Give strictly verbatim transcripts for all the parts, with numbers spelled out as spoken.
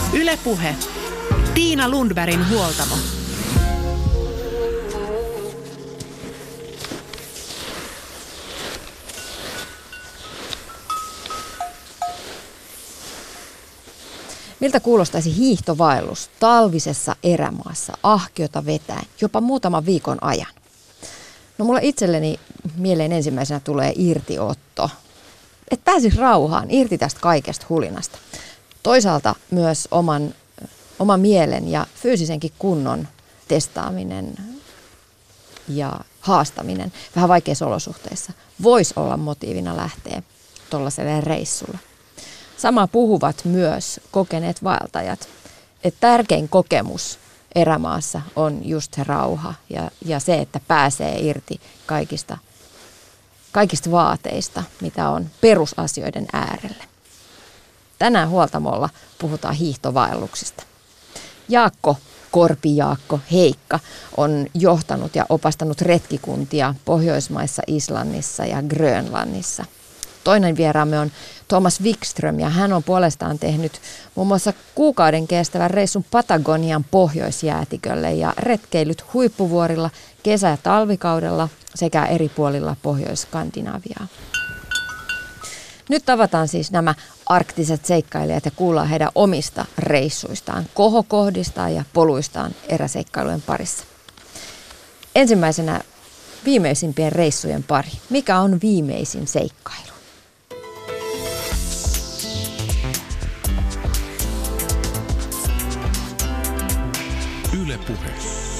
Yle Puhe. Tiina Lundbergin huoltamo. Miltä kuulostaisi hiihtovaellus talvisessa erämaassa ahkiota vetäen jopa muutaman viikon ajan? No mulle itselleni mieleen ensimmäisenä tulee irtiotto. Että pääsis rauhaan, irti tästä kaikesta hulinasta. Toisaalta myös oman, oman mielen ja fyysisenkin kunnon testaaminen ja haastaminen vähän vaikeissa olosuhteissa voisi olla motiivina lähteä tuollaiselle reissulle. Samaa puhuvat myös kokeneet vaeltajat, että tärkein kokemus erämaassa on just se rauha ja, ja se, että pääsee irti kaikista, kaikista vaateista, mitä on perusasioiden äärelle. Tänään huoltamolla puhutaan hiihtovaelluksista. Jaakko, Korpi-Jaakko Heikka on johtanut ja opastanut retkikuntia Pohjoismaissa, Islannissa ja Grönlannissa. Toinen vieraamme on Thomas Wikström ja hän on puolestaan tehnyt muun muassa kuukauden kestävän reissun Patagonian pohjoisjäätikölle ja retkeillyt huippuvuorilla kesä- ja talvikaudella sekä eri puolilla Pohjois-Skandinaviaa. Nyt tavataan siis nämä arktiset seikkailijat ja kuullaan heidän omista reissuistaan, kohokohdistaan ja poluistaan eräseikkailujen parissa. Ensimmäisenä viimeisimpien reissujen pari. Mikä on viimeisin seikkailu? Yle Puhe.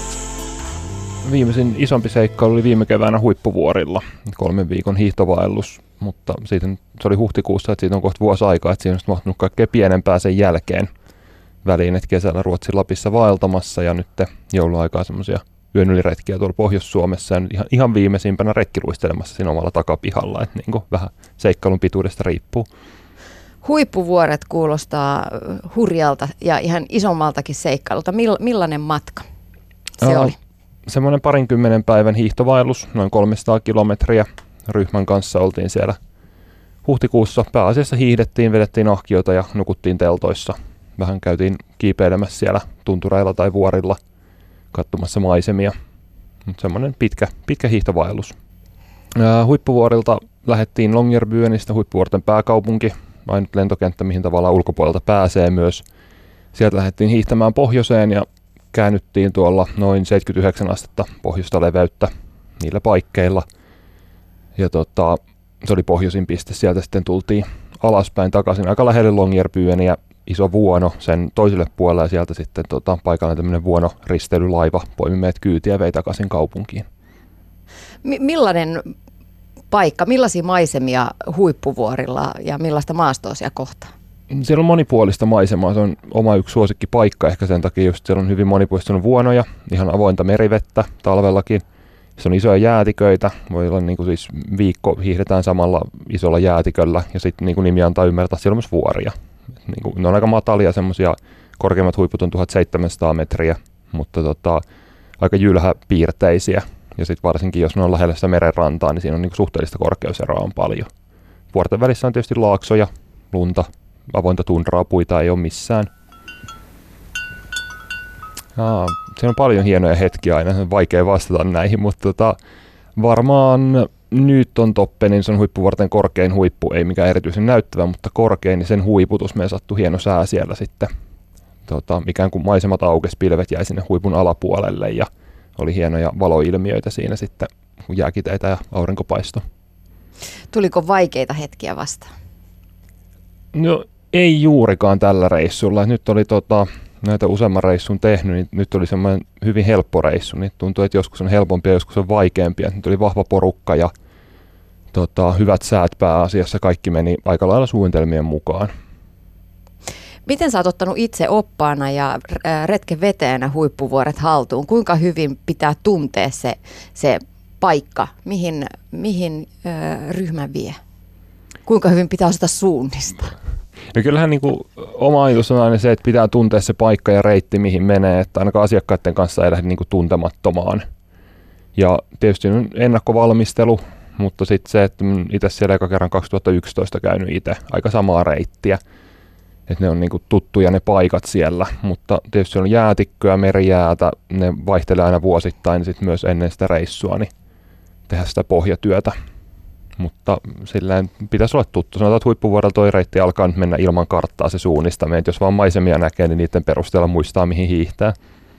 Viimeisin isompi seikkailu oli viime keväänä Huippuvuorilla, kolmen viikon hiihtovaellus, mutta siitä, se oli huhtikuussa, että siitä on kohta vuosi aikaa, että siinä on mahtunut kaikkea pienempää sen jälkeen väliin, että kesällä Ruotsin Lapissa vaeltamassa ja nyt jouluaikaa semmoisia yön yli retkiä tuolla Pohjois-Suomessa ja ihan, ihan viimeisimpänä retkiluistelemassa siinä omalla takapihalla, että niin kuin vähän seikkailun pituudesta riippuu. Huippuvuoret kuulostaa hurjalta ja ihan isommaltakin seikkailulta. Mill, millainen matka se Aa, oli? Semmoinen parinkymmenen päivän hiihtovaellus, noin kolmesataa kilometriä. Ryhmän kanssa oltiin siellä huhtikuussa. Pääasiassa hiihdettiin, vedettiin ahkiota ja nukuttiin teltoissa. Vähän käytiin kiipeilemässä siellä tuntureilla tai vuorilla katsomassa maisemia. Mutta semmoinen pitkä, pitkä hiihtovaellus. Ää, huippuvuorilta lähdettiin Longyearbyenistä, Huippuvuorten pääkaupunki. Ainut lentokenttä, mihin tavallaan ulkopuolelta pääsee myös. Sieltä lähdettiin hiihtämään pohjoiseen ja käännyttiin tuolla noin seitsemänkymmentäyhdeksän astetta pohjoista leveyttä niillä paikkeilla. Ja tota, se oli pohjoisin piste. Sieltä sitten tultiin alaspäin takaisin aika lähelle Longyearbyeniä ja iso vuono sen toiselle puolelle. Ja sieltä sitten tota, paikallinen tämmöinen vuonoristeilyllaiva poimi meidät kyytiä ja vei takaisin kaupunkiin. M- millainen paikka, millaisia maisemia Huippuvuorilla ja millaista maastoa siellä kohtaa? Siellä on monipuolista maisemaa. Se on oma yksi suosikkipaikka. Ehkä sen takia just siellä on hyvin monipuolista vuonoja, ihan avointa merivettä talvellakin. Se on isoja jäätiköitä. Voi olla niin kuin siis viikko hiihdetään samalla isolla jäätiköllä ja sitten niin kuin nimi antaa ymmärtää, siellä on myös vuoria. Niin kuin, ne on aika matalia, semmoisia korkeimmat huiput on tuhatseitsemänsataa metriä, mutta tota, aika jylhäpiirteisiä. Ja sitten varsinkin, jos ne on lähellä sitä merenrantaa, niin siinä on niin kuin suhteellista korkeuseroa on paljon. Vuorten välissä on tietysti laaksoja, lunta, avointa tundraa, puita ei ole missään. Aa, siinä on paljon hienoja hetkiä aina, on vaikea vastata näihin, mutta tota, varmaan nyt on Toppenin, se on Huippuvuorten korkein huippu, ei mikään erityisen näyttävä, mutta korkein, niin sen huiputus, meidän sattui hieno sää siellä sitten. Tota, ikään kuin maisemat aukesi, pilvet jäi sinne huipun alapuolelle ja oli hienoja valoilmiöitä siinä sitten, kun jääkiteitä ja aurinko paistoi. Tuliko vaikeita hetkiä vastaan? No ei juurikaan tällä reissulla. Nyt oli tota, näitä useamman reissun tehnyt, niin nyt oli semmoinen hyvin helppo reissu. Niin tuntuu, että joskus on helpompia, joskus on vaikeampia. Nyt oli vahva porukka ja tota, hyvät säät pääasiassa. Kaikki meni aika lailla suunnitelmien mukaan. Miten sä oot ottanut itse oppaana ja retken vetäjänä Huippuvuoret haltuun? Kuinka hyvin pitää tuntea se, se paikka, mihin, mihin ö, ryhmä vie? Kuinka hyvin pitää osata suunnistaa? No kyllähän niin kuin, oma ajatus on aina se, että pitää tuntea se paikka ja reitti, mihin menee, että ainakaan asiakkaiden kanssa ei lähde niin kuin tuntemattomaan. Ja tietysti on ennakkovalmistelu, mutta sitten se, että itse siellä eka kerran kaksituhattayksitoista käynyt itse aika samaa reittiä. että ne on niinku tuttuja ne paikat siellä, mutta tietysti on jäätikköä, merijäätä, ne vaihtelee aina vuosittain sit myös ennen sitä reissua, niin tehdä sitä pohjatyötä. Mutta silleen pitäisi olla tuttu. Sanotaan, että Huippuvuorella toi reitti alkaa nyt mennä ilman karttaa se suunnistaminen, että jos vaan maisemia näkee, niin niiden perusteella muistaa mihin hiihtää.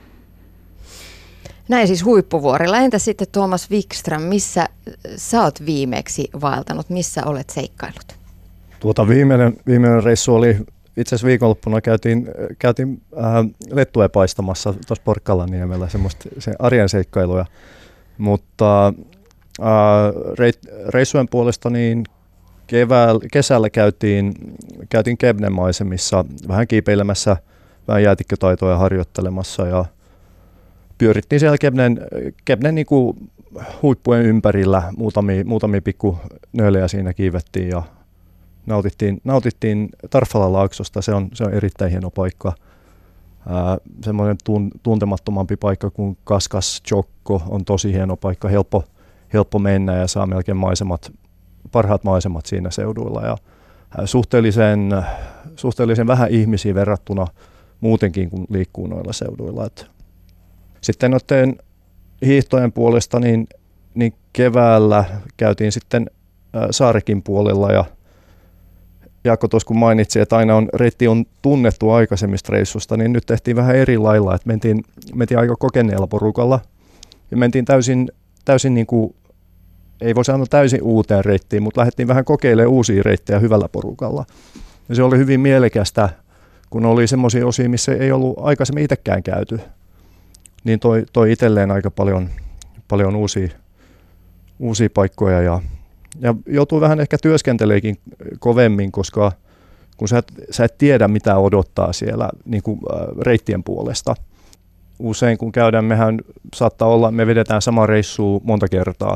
Näin siis Huippuvuorilla. Entä sitten Tuomas Wikström, missä sä oot viimeksi vaeltanut, missä olet seikkailut? Tuota viimeinen, viimeinen reissu oli itse asiassa viikonloppuna käytiin, käytiin äh, lettuja paistamassa tuossa Porkkalanniemellä, semmoista se arjen seikkailuja, mutta äh, reit, reissujen puolesta niin keväällä, kesällä käytiin, käytiin Kebnen maisemissa vähän kiipeilemässä, vähän jäätikkötaitoja harjoittelemassa ja pyörittiin siellä Kebnen, Kebnen niin kuin huippujen ympärillä, muutamia, muutamia pikku nöölejä siinä kiivettiin ja nautittiin, nautittiin Tarfala-laaksosta, se on, se on erittäin hieno paikka. Ää, semmoinen tun, tuntemattomampi paikka kuin Kaskas Jokko on tosi hieno paikka, helppo, helppo mennä ja saa melkein maisemat, parhaat maisemat siinä seuduilla. Ja, ää, suhteellisen, suhteellisen vähän ihmisiä verrattuna muutenkin, kun liikkuu noilla seuduilla. Et sitten noiden hiihtojen puolesta niin, niin keväällä käytiin sitten ää, Saarekin puolella ja Jaakko tuossa kun mainitsi, että aina on, reitti on tunnettu aikaisemmista reissusta, niin nyt tehtiin vähän eri lailla, että mentiin, mentiin aika kokeneella porukalla ja mentiin täysin, täysin niin kuin, ei voi sanoa täysin uuteen reittiin, mutta lähdettiin vähän kokeilemaan uusia reittejä hyvällä porukalla. Ja se oli hyvin mielekästä, kun oli semmoisia osia, missä ei ollut aikaisemmin itsekään käyty, niin toi, toi itselleen aika paljon, paljon uusia, uusia paikkoja ja Ja joutuu vähän ehkä työskenteleekin kovemmin, koska kun sä et, sä et tiedä mitä odottaa siellä niin kuin, äh, reittien puolesta. Usein kun käydään, mehän saattaa olla, me vedetään sama reissua monta kertaa.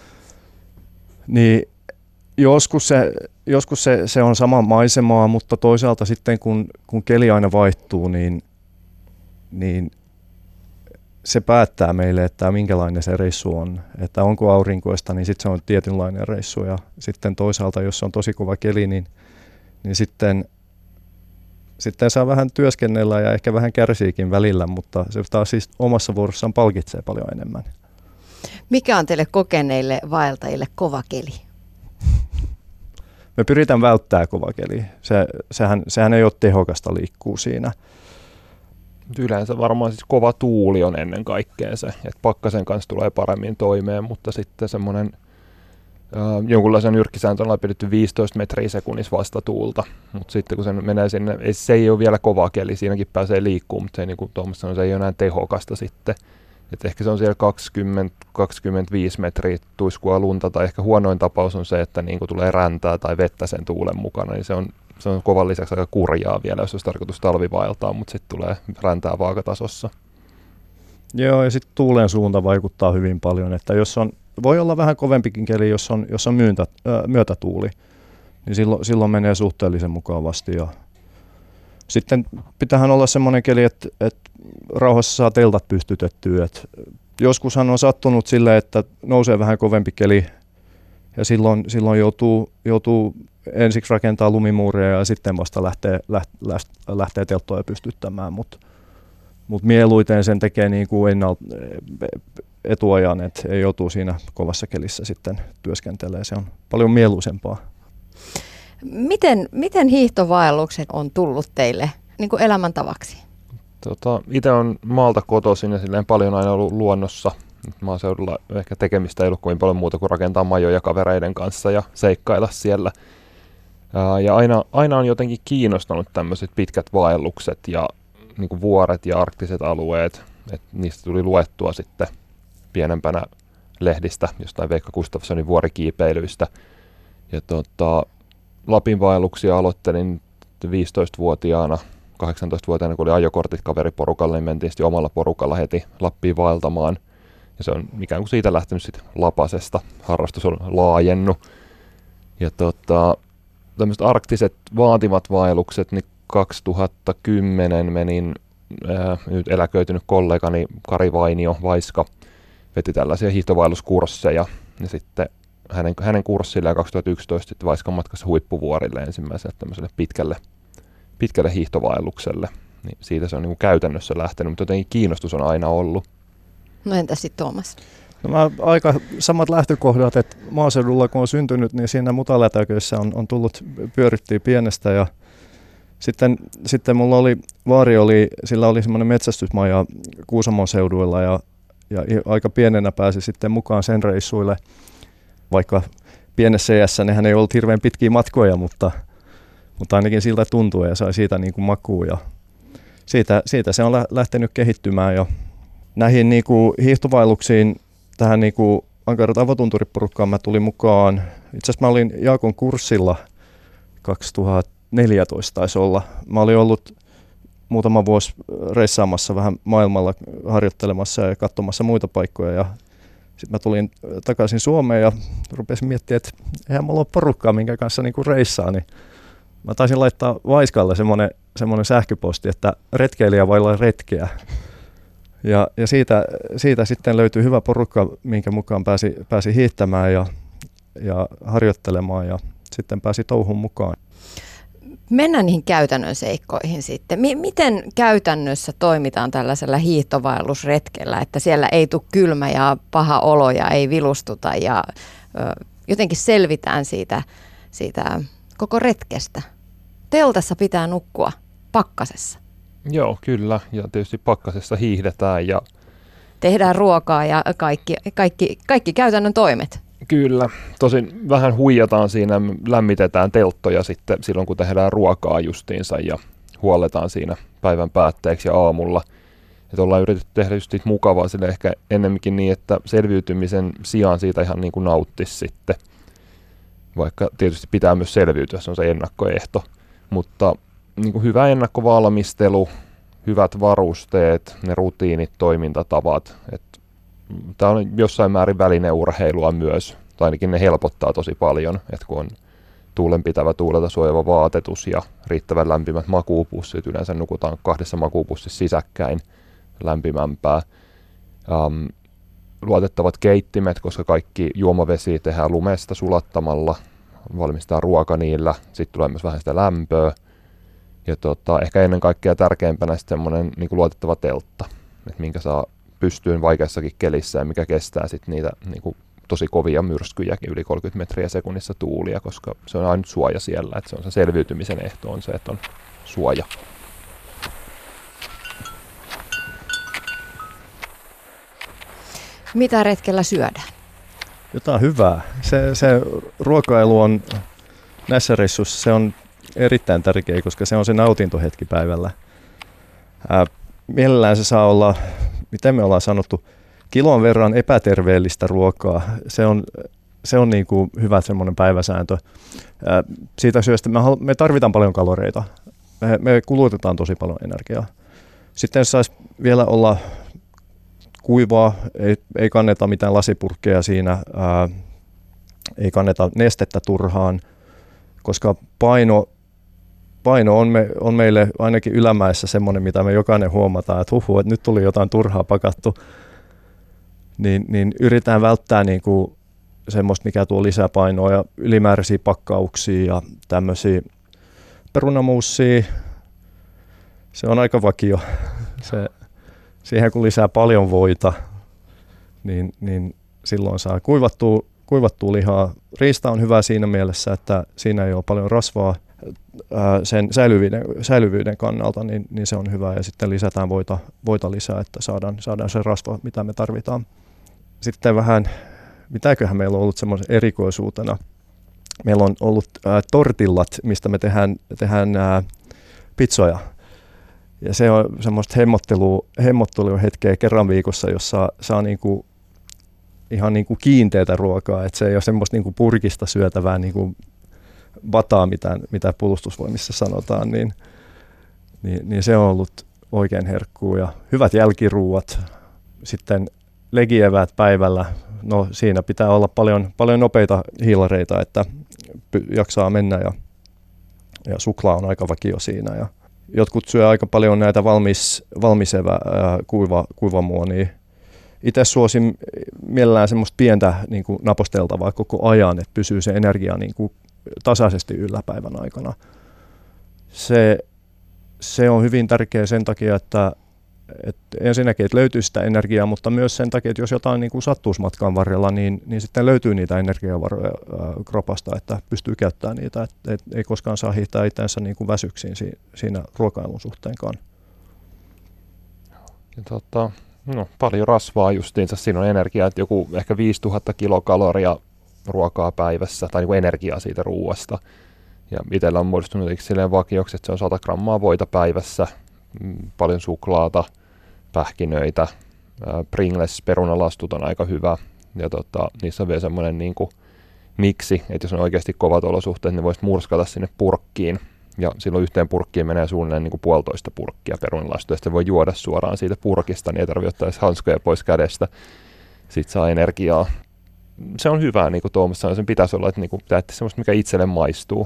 Niin joskus se, joskus se, se on sama maisemaa, mutta toisaalta sitten kun, kun keli aina vaihtuu, niin, niin se päättää meille, että minkälainen se reissu on. Että onko aurinkoista, niin sitten se on tietynlainen reissu. Ja sitten toisaalta, jos on tosi kova keli, niin, niin sitten, sitten saa vähän työskennellä ja ehkä vähän kärsiikin välillä, mutta se taas siis omassa vuorossaan palkitsee paljon enemmän. Mikä on teille kokeneille vaeltajille kova keli? Me pyritään välttämään kova keli. Se, sehän, sehän ei ole tehokasta liikkuu siinä. Yleensä varmaan siis kova tuuli on ennen kaikkea se, että pakkasen kanssa tulee paremmin toimeen, mutta sitten semmoinen äh, jonkunlaisen nyrkkisääntön on pidetty viisitoista metriä sekunnissa vastatuulta, mutta sitten kun se menee sinne, ei, se ei ole vielä kova keli, siinäkin pääsee liikkumaan, mutta se ei, niin kuin Tuomas sanoi, se ei ole enää tehokasta sitten. Et ehkä se on siellä kaksikymmentä kaksikymmentäviisi metriä tuiskua lunta, tai ehkä huonoin tapaus on se, että niin kuin tulee räntää tai vettä sen tuulen mukana, niin se on Se on kovan lisäksi aika kurjaa vielä, jos olisi tarkoitus talvivaeltaa, mutta sitten tulee räntää vaakatasossa. Joo, ja sitten tuulen suunta vaikuttaa hyvin paljon, että jos on, voi olla vähän kovempikin keli, jos on, jos on myyntä, äh, myötätuuli, niin silloin, silloin menee suhteellisen mukavasti. Ja sitten pitäähän olla semmoinen keli, että, että rauhassa saa teltat pystytettyä. Et joskushan on sattunut silleen, että nousee vähän kovempi keli, ja silloin, silloin joutuu, joutuu ensiksi rakentaa lumimuuria ja sitten vasta lähtee, lähtee, lähtee telttoja pystyttämään, mutta mut mieluiten sen tekee niin kuin ennalta etuajan, että ei joutuu siinä kovassa kelissä sitten työskentelemään. Se on paljon mieluisempaa. Miten, miten hiihtovaellukset on tullut teille niin kuin elämäntavaksi? Tota, itse on maalta kotoisin ja silleen paljon aina ollut luonnossa. Maaseudulla ehkä tekemistä ei ollut kovin paljon muuta kuin rakentaa majoja kavereiden kanssa ja seikkailla siellä. Ja aina, aina on jotenkin kiinnostanut tämmöiset pitkät vaellukset ja niin kuin vuoret ja arktiset alueet. Et niistä tuli luettua sitten pienempänä lehdistä, jostain Veikka Gustafssonin vuorikiipeilyistä. Ja tota, Lapin vaelluksia aloittelin viisitoistavuotiaana, kahdeksantoistavuotiaana, kun oli ajokortit kaveriporukalle, niin mentiin sitten omalla porukalla heti Lappiin vaeltamaan. Ja se on ikään kuin siitä lähtenyt sitten lapasesta. Harrastus on laajennut. Ja tota, tämmöiset arktiset vaativat vaellukset, niin kaksituhattakymmenen menin, ää, nyt eläköitynyt kollegani Kari Vainio Vaiska veti tällaisia hiihtovaelluskursseja. Ja sitten hänen, hänen kurssilleen kaksituhattayksitoista sitten Vaiskan matkassa Huippuvuorille ensimmäiselle tämmöiselle pitkälle, pitkälle hiihtovaellukselle. Niin siitä se on niin kuin käytännössä lähtenyt, mutta jotenkin kiinnostus on aina ollut. No entä sitten Tuomas? No mä aika samat lähtökohdat, että maaseudulla kun on syntynyt, niin siinä mutalätäköissä on, on tullut, pyörittiin pienestä ja sitten, sitten mulla oli, vaari oli, sillä oli semmoinen metsästysmaja Kuusamon seuduilla ja, ja aika pienenä pääsi sitten mukaan sen reissuille, vaikka pienessä iässä nehän ei ollut hirveän pitkiä matkoja, mutta, mutta ainakin siltä tuntui ja sai siitä niin kuin makua ja siitä, siitä se on lähtenyt kehittymään ja näihin niin kuin hiihtovaelluksiin tähän niin kuin Ankarat avotunturiporukkaan mä tulin mukaan. Itse asiassa mä olin Jaakon kurssilla kaksituhattaneljätoista taisi olla. Mä olin ollut muutama vuosi reissaamassa vähän maailmalla harjoittelemassa ja katsomassa muita paikkoja. Ja sitten mä tulin takaisin Suomeen ja rupesin miettimään, että eihän mulla ole porukkaa, minkä kanssa niin kuin reissaa. Niin mä taisin laittaa Vaiskalle semmoinen, semmoinen sähköposti, että retkeilijä vailla retkeä. Ja, ja siitä, siitä sitten löytyi hyvä porukka, minkä mukaan pääsi, pääsi hiihtämään ja, ja harjoittelemaan ja sitten pääsi touhun mukaan. Mennään niihin käytännön seikkoihin sitten. M- miten käytännössä toimitaan tällaisella hiihtovaellusretkellä, että siellä ei tule kylmä ja paha olo ja ei vilustuta ja ö, jotenkin selvitään siitä, siitä koko retkestä? Teltassa pitää nukkua pakkasessa. Joo, kyllä. Ja tietysti pakkasessa hiihdetään ja tehdään ruokaa ja kaikki, kaikki, kaikki käytännön toimet. Kyllä. Tosin vähän huijataan siinä, lämmitetään telttoja sitten silloin, kun tehdään ruokaa justiinsa ja huolletaan siinä päivän päätteeksi ja aamulla. Että ollaan yritetty tehdä just mukavaa sille ehkä ennemminkin niin, että selviytymisen sijaan siitä ihan niin kuin nauttisi sitten. Vaikka tietysti pitää myös selviytyä, se on se ennakkoehto. Mutta niin kuin hyvä ennakkovalmistelu, hyvät varusteet, ne rutiinit, toimintatavat. Tämä on jossain määrin välineurheilua myös, tai ainakin ne helpottaa tosi paljon, että kun on tuulenpitävä, tuulelta suojava vaatetus ja riittävän lämpimät makuupussit, yleensä nukutaan kahdessa makuupussissa sisäkkäin lämpimämpää. Um, luotettavat keittimet, koska kaikki juomavesi tehdään lumesta sulattamalla, valmistetaan ruoka niillä, sitten tulee myös vähän sitä lämpöä. Ja tota, ehkä ennen kaikkea tärkeimpänä sitten semmoinen niin kuin luotettava teltta, että minkä saa pystyyn vaikeassakin kelissä ja mikä kestää sitten niitä niin kuin tosi kovia myrskyjäkin, yli kolmekymmentä metriä sekunnissa tuulia, koska se on ainut suoja siellä, että se on se selviytymisen ehto on se, että on suoja. Mitä retkellä syödään? Jotain hyvää. Se, se ruokailu on näissä reissuissa se on erittäin tärkeä, koska se on se nautintohetki päivällä. Ää, mielellään se saa olla, miten me ollaan sanottu, kilon verran epäterveellistä ruokaa. Se on, se on niin kuin hyvä semmoinen päiväsääntö. Ää, siitä syystä me, me tarvitaan paljon kaloreita. Me, me kulutetaan tosi paljon energiaa. Sitten saisi vielä olla kuivaa, ei, ei kanneta mitään lasipurkkeja siinä, ää, ei kanneta nestettä turhaan, koska paino, paino on, me, on meille ainakin ylämäessä semmoinen, mitä me jokainen huomataan, että huhu, että nyt tuli jotain turhaa pakattu, niin, niin yritetään välttää niin kuin semmoista, mikä tuo lisää painoa ja ylimääräisiä pakkauksia ja tämmöisiä perunamuussia. Se on aika vakio. Se, siihen kun lisää paljon voita, niin, niin silloin saa kuivattua, kuivattua lihaa. Riista on hyvä siinä mielessä, että siinä ei ole paljon rasvaa ää, sen säilyvyyden, säilyvyyden kannalta, niin, niin se on hyvä. Ja sitten lisätään voita, voita lisää, että saadaan, saadaan se rasva, mitä me tarvitaan. Sitten vähän, mitäköhän meillä on ollut semmoisen erikoisuutena. Meillä on ollut ää, tortillat, mistä me tehdään, tehdään ää, pizzoja. Ja se on semmoista hemmottelua, hemmottelua hetkeä kerran viikossa, jossa saa niinku ihan niinku kiinteätä ruokaa. Et se ei ole semmoista niinku purkista syötävää niinku bataa, mitä, mitä puolustusvoimissa sanotaan. Niin, niin, niin se on ollut oikein herkkuu. Ja hyvät jälkiruuat, sitten legieväät päivällä. No siinä pitää olla paljon, paljon nopeita hiilareita, että jaksaa mennä ja, ja suklaa on aika vakio siinä. Ja jotkut syö aika paljon näitä valmis, valmisevä ää, kuiva, kuivamuonia. Itse suosin mielellään semmoista pientä niin kuin naposteltavaa koko ajan, että pysyy se energia niin kuin tasaisesti yllä päivän aikana. Se se on hyvin tärkeä sen takia, että, että ensinnäkin että löytyy sitä energiaa, mutta myös sen takia, että jos jotain niin kuin sattuisi matkan varrella, niin, niin sitten löytyy niitä energiavaroja ää, kropasta, että pystyy käyttämään niitä, että et ei koskaan saa hiihtää itseänsä niin kuin väsyksiin si, siinä ruokailun suhteenkaan. Ja tota, no, paljon rasvaa justiinsa, siinä on energiaa, että joku ehkä viisituhatta kilokaloria ruokaa päivässä, tai niin kuin energiaa siitä ruuasta. Ja itsellä on muodostunut silleen vakioksi, että se on sata grammaa voita päivässä, paljon suklaata, pähkinöitä, Pringles perunalastut on aika hyvä. Ja tota, niissä on vielä semmoinen niin kuin miksi, että jos on oikeasti kovat olosuhteet, niin voisit murskata sinne purkkiin. Ja silloin yhteen purkkiin menee suunnilleen niin kuin puolitoista purkkia perunalastuja. Sitten voi juoda suoraan siitä purkista, niin ei tarvitse ottaa edes hanskoja pois kädestä. Sitten saa energiaa. Se on hyvää, niin kuin Tuomas sanoi, sen pitäisi olla, että niin kuin teette semmoista, mikä itselle maistuu.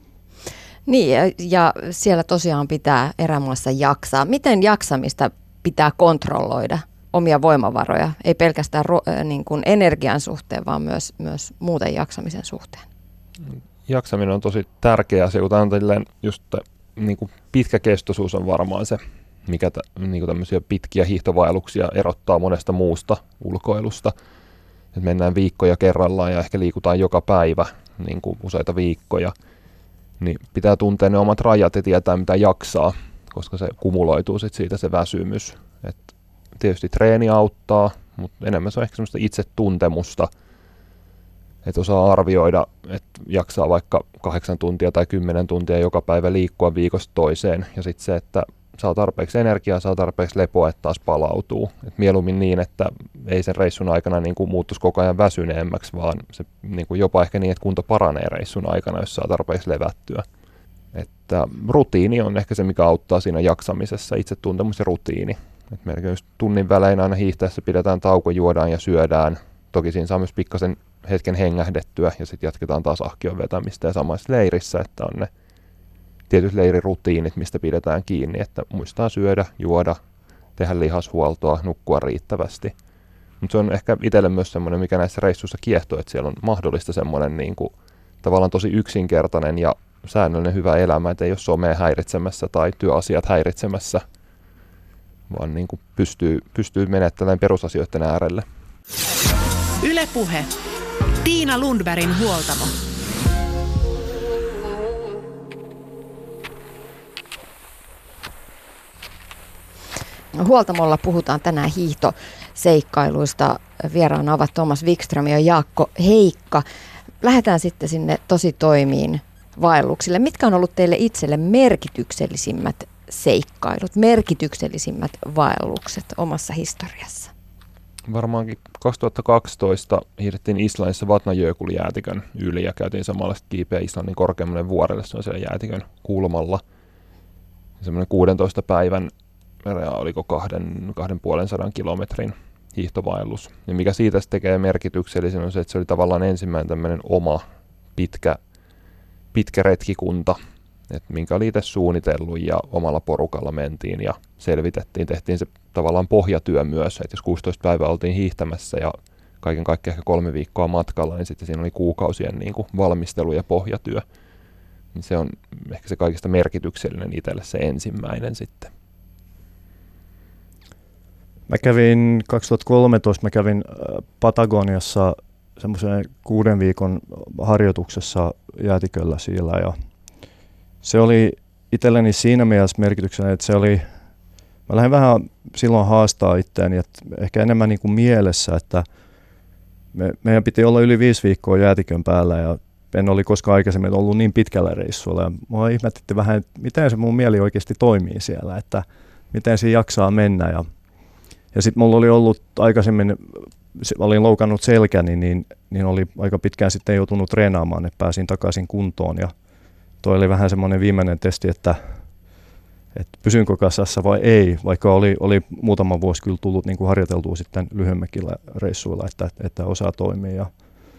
Niin, ja, ja siellä tosiaan pitää erämaassa jaksaa. Miten jaksamista pitää kontrolloida, omia voimavaroja, ei pelkästään ro, niin kuin energian suhteen, vaan myös, myös muuten jaksamisen suhteen? Jaksaminen on tosi tärkeä asia, kun tämän just niin kuin pitkäkestoisuus on varmaan se, mikä t- niin kuin tämmöisiä pitkiä hiihtovaelluksia erottaa monesta muusta ulkoilusta. Et mennään viikkoja kerrallaan ja ehkä liikutaan joka päivä niin kuin useita viikkoja. Niin pitää tuntea ne omat rajat ja tietää mitä jaksaa, koska se kumuloituu sit siitä se väsymys. Et tietysti treeni auttaa, mutta enemmän se on ehkä semmoista itsetuntemusta, että osaa arvioida, että jaksaa vaikka kahdeksan tuntia tai kymmenen tuntia joka päivä liikkua viikosta toiseen. Ja sitten se, että saa tarpeeksi energiaa, saa tarpeeksi lepoa, että taas palautuu. Et mieluummin niin, että ei sen reissun aikana niin kuin muuttuisi koko ajan väsyneemmäksi, vaan se, niin kuin jopa ehkä niin, että kunto paranee reissun aikana, jos saa tarpeeksi levättyä. Että rutiini on ehkä se, mikä auttaa siinä jaksamisessa, itsetuntemus ja rutiini. Et melkein just tunnin välein aina hiihtäessä pidetään tauko, juodaan ja syödään. Toki siinä saa myös pikkasen hetken hengähdettyä ja sitten jatketaan taas ahkion vetämistä ja samassa leirissä, että on ne tietyt leirirutiinit, mistä pidetään kiinni, että muistaa syödä, juoda, tehdä lihashuoltoa, nukkua riittävästi. Mutta se on ehkä itselle myös semmoinen, mikä näissä reissuissa kiehtoo, että siellä on mahdollista semmoinen niin kuin, tavallaan tosi yksinkertainen ja säännöllinen hyvä elämä, että ei ole somea häiritsemässä tai työasiat häiritsemässä, vaan niin kuin pystyy, pystyy menettelemään perusasioiden äärelle. Yle Puhe. Tiina Lundbergin huoltamo. Huoltamolla puhutaan tänään hiihtoseikkailuista. Vieraana ovat Thomas Wikström ja Jaakko Heikka. Lähdetään sitten sinne tositoimiin vaelluksille. Mitkä on ollut teille itselle merkityksellisimmät seikkailut, merkityksellisimmät vaellukset omassa historiassa? Varmaankin kaksituhattakaksitoista hiihdettiin Islannissa Vatnajökull-jäätikön yli ja käytiin samalla kiipeä Islannin korkeammalle vuorelle, se on siellä jäätikön kulmalla. Semmoinen kuudentoista päivän, oliko kahden, kahden puolen sadan kilometrin hiihtovaellus. Ja mikä siitä tekee merkityksellisen on se, että se oli tavallaan ensimmäinen tämmöinen oma pitkä, pitkä retkikunta, että minkä oli itse suunnitellut ja omalla porukalla mentiin ja selvitettiin, tehtiin se tavallaan pohjatyö myös, että jos kuusitoista päivää oltiin hiihtämässä ja kaiken kaikkiaan ehkä kolme viikkoa matkalla, niin sitten siinä oli kuukausien niin kuin valmistelu ja pohjatyö. Niin se on ehkä se kaikista merkityksellinen itselle se ensimmäinen sitten. Mä kävin kaksituhattakolmetoista, mä kävin Patagoniassa semmoisen kuuden viikon harjoituksessa jäätiköllä siellä ja se oli itselleni siinä mielessä merkityksellinen, että se oli, mä lähdin vähän silloin haastaa itseäni, että ehkä enemmän niin kuin mielessä, että me, meidän piti olla yli viisi viikkoa jäätikön päällä ja en oli koskaan aikaisemmin ollut niin pitkällä reissulla ja mua ihmetytti vähän, että miten se mun mieli oikeasti toimii siellä, että miten siinä jaksaa mennä ja Ja sitten mulla oli ollut aikaisemmin, olin loukannut selkäni, niin, niin oli aika pitkään sitten joutunut treenaamaan, että pääsin takaisin kuntoon. Ja toi oli vähän semmoinen viimeinen testi, että, että pysynkö kasassa vai ei, vaikka oli, oli muutama vuosi kyllä tullut niin kuin harjoiteltua sitten lyhyemmillä reissuilla, että, että osaa toimia. Ja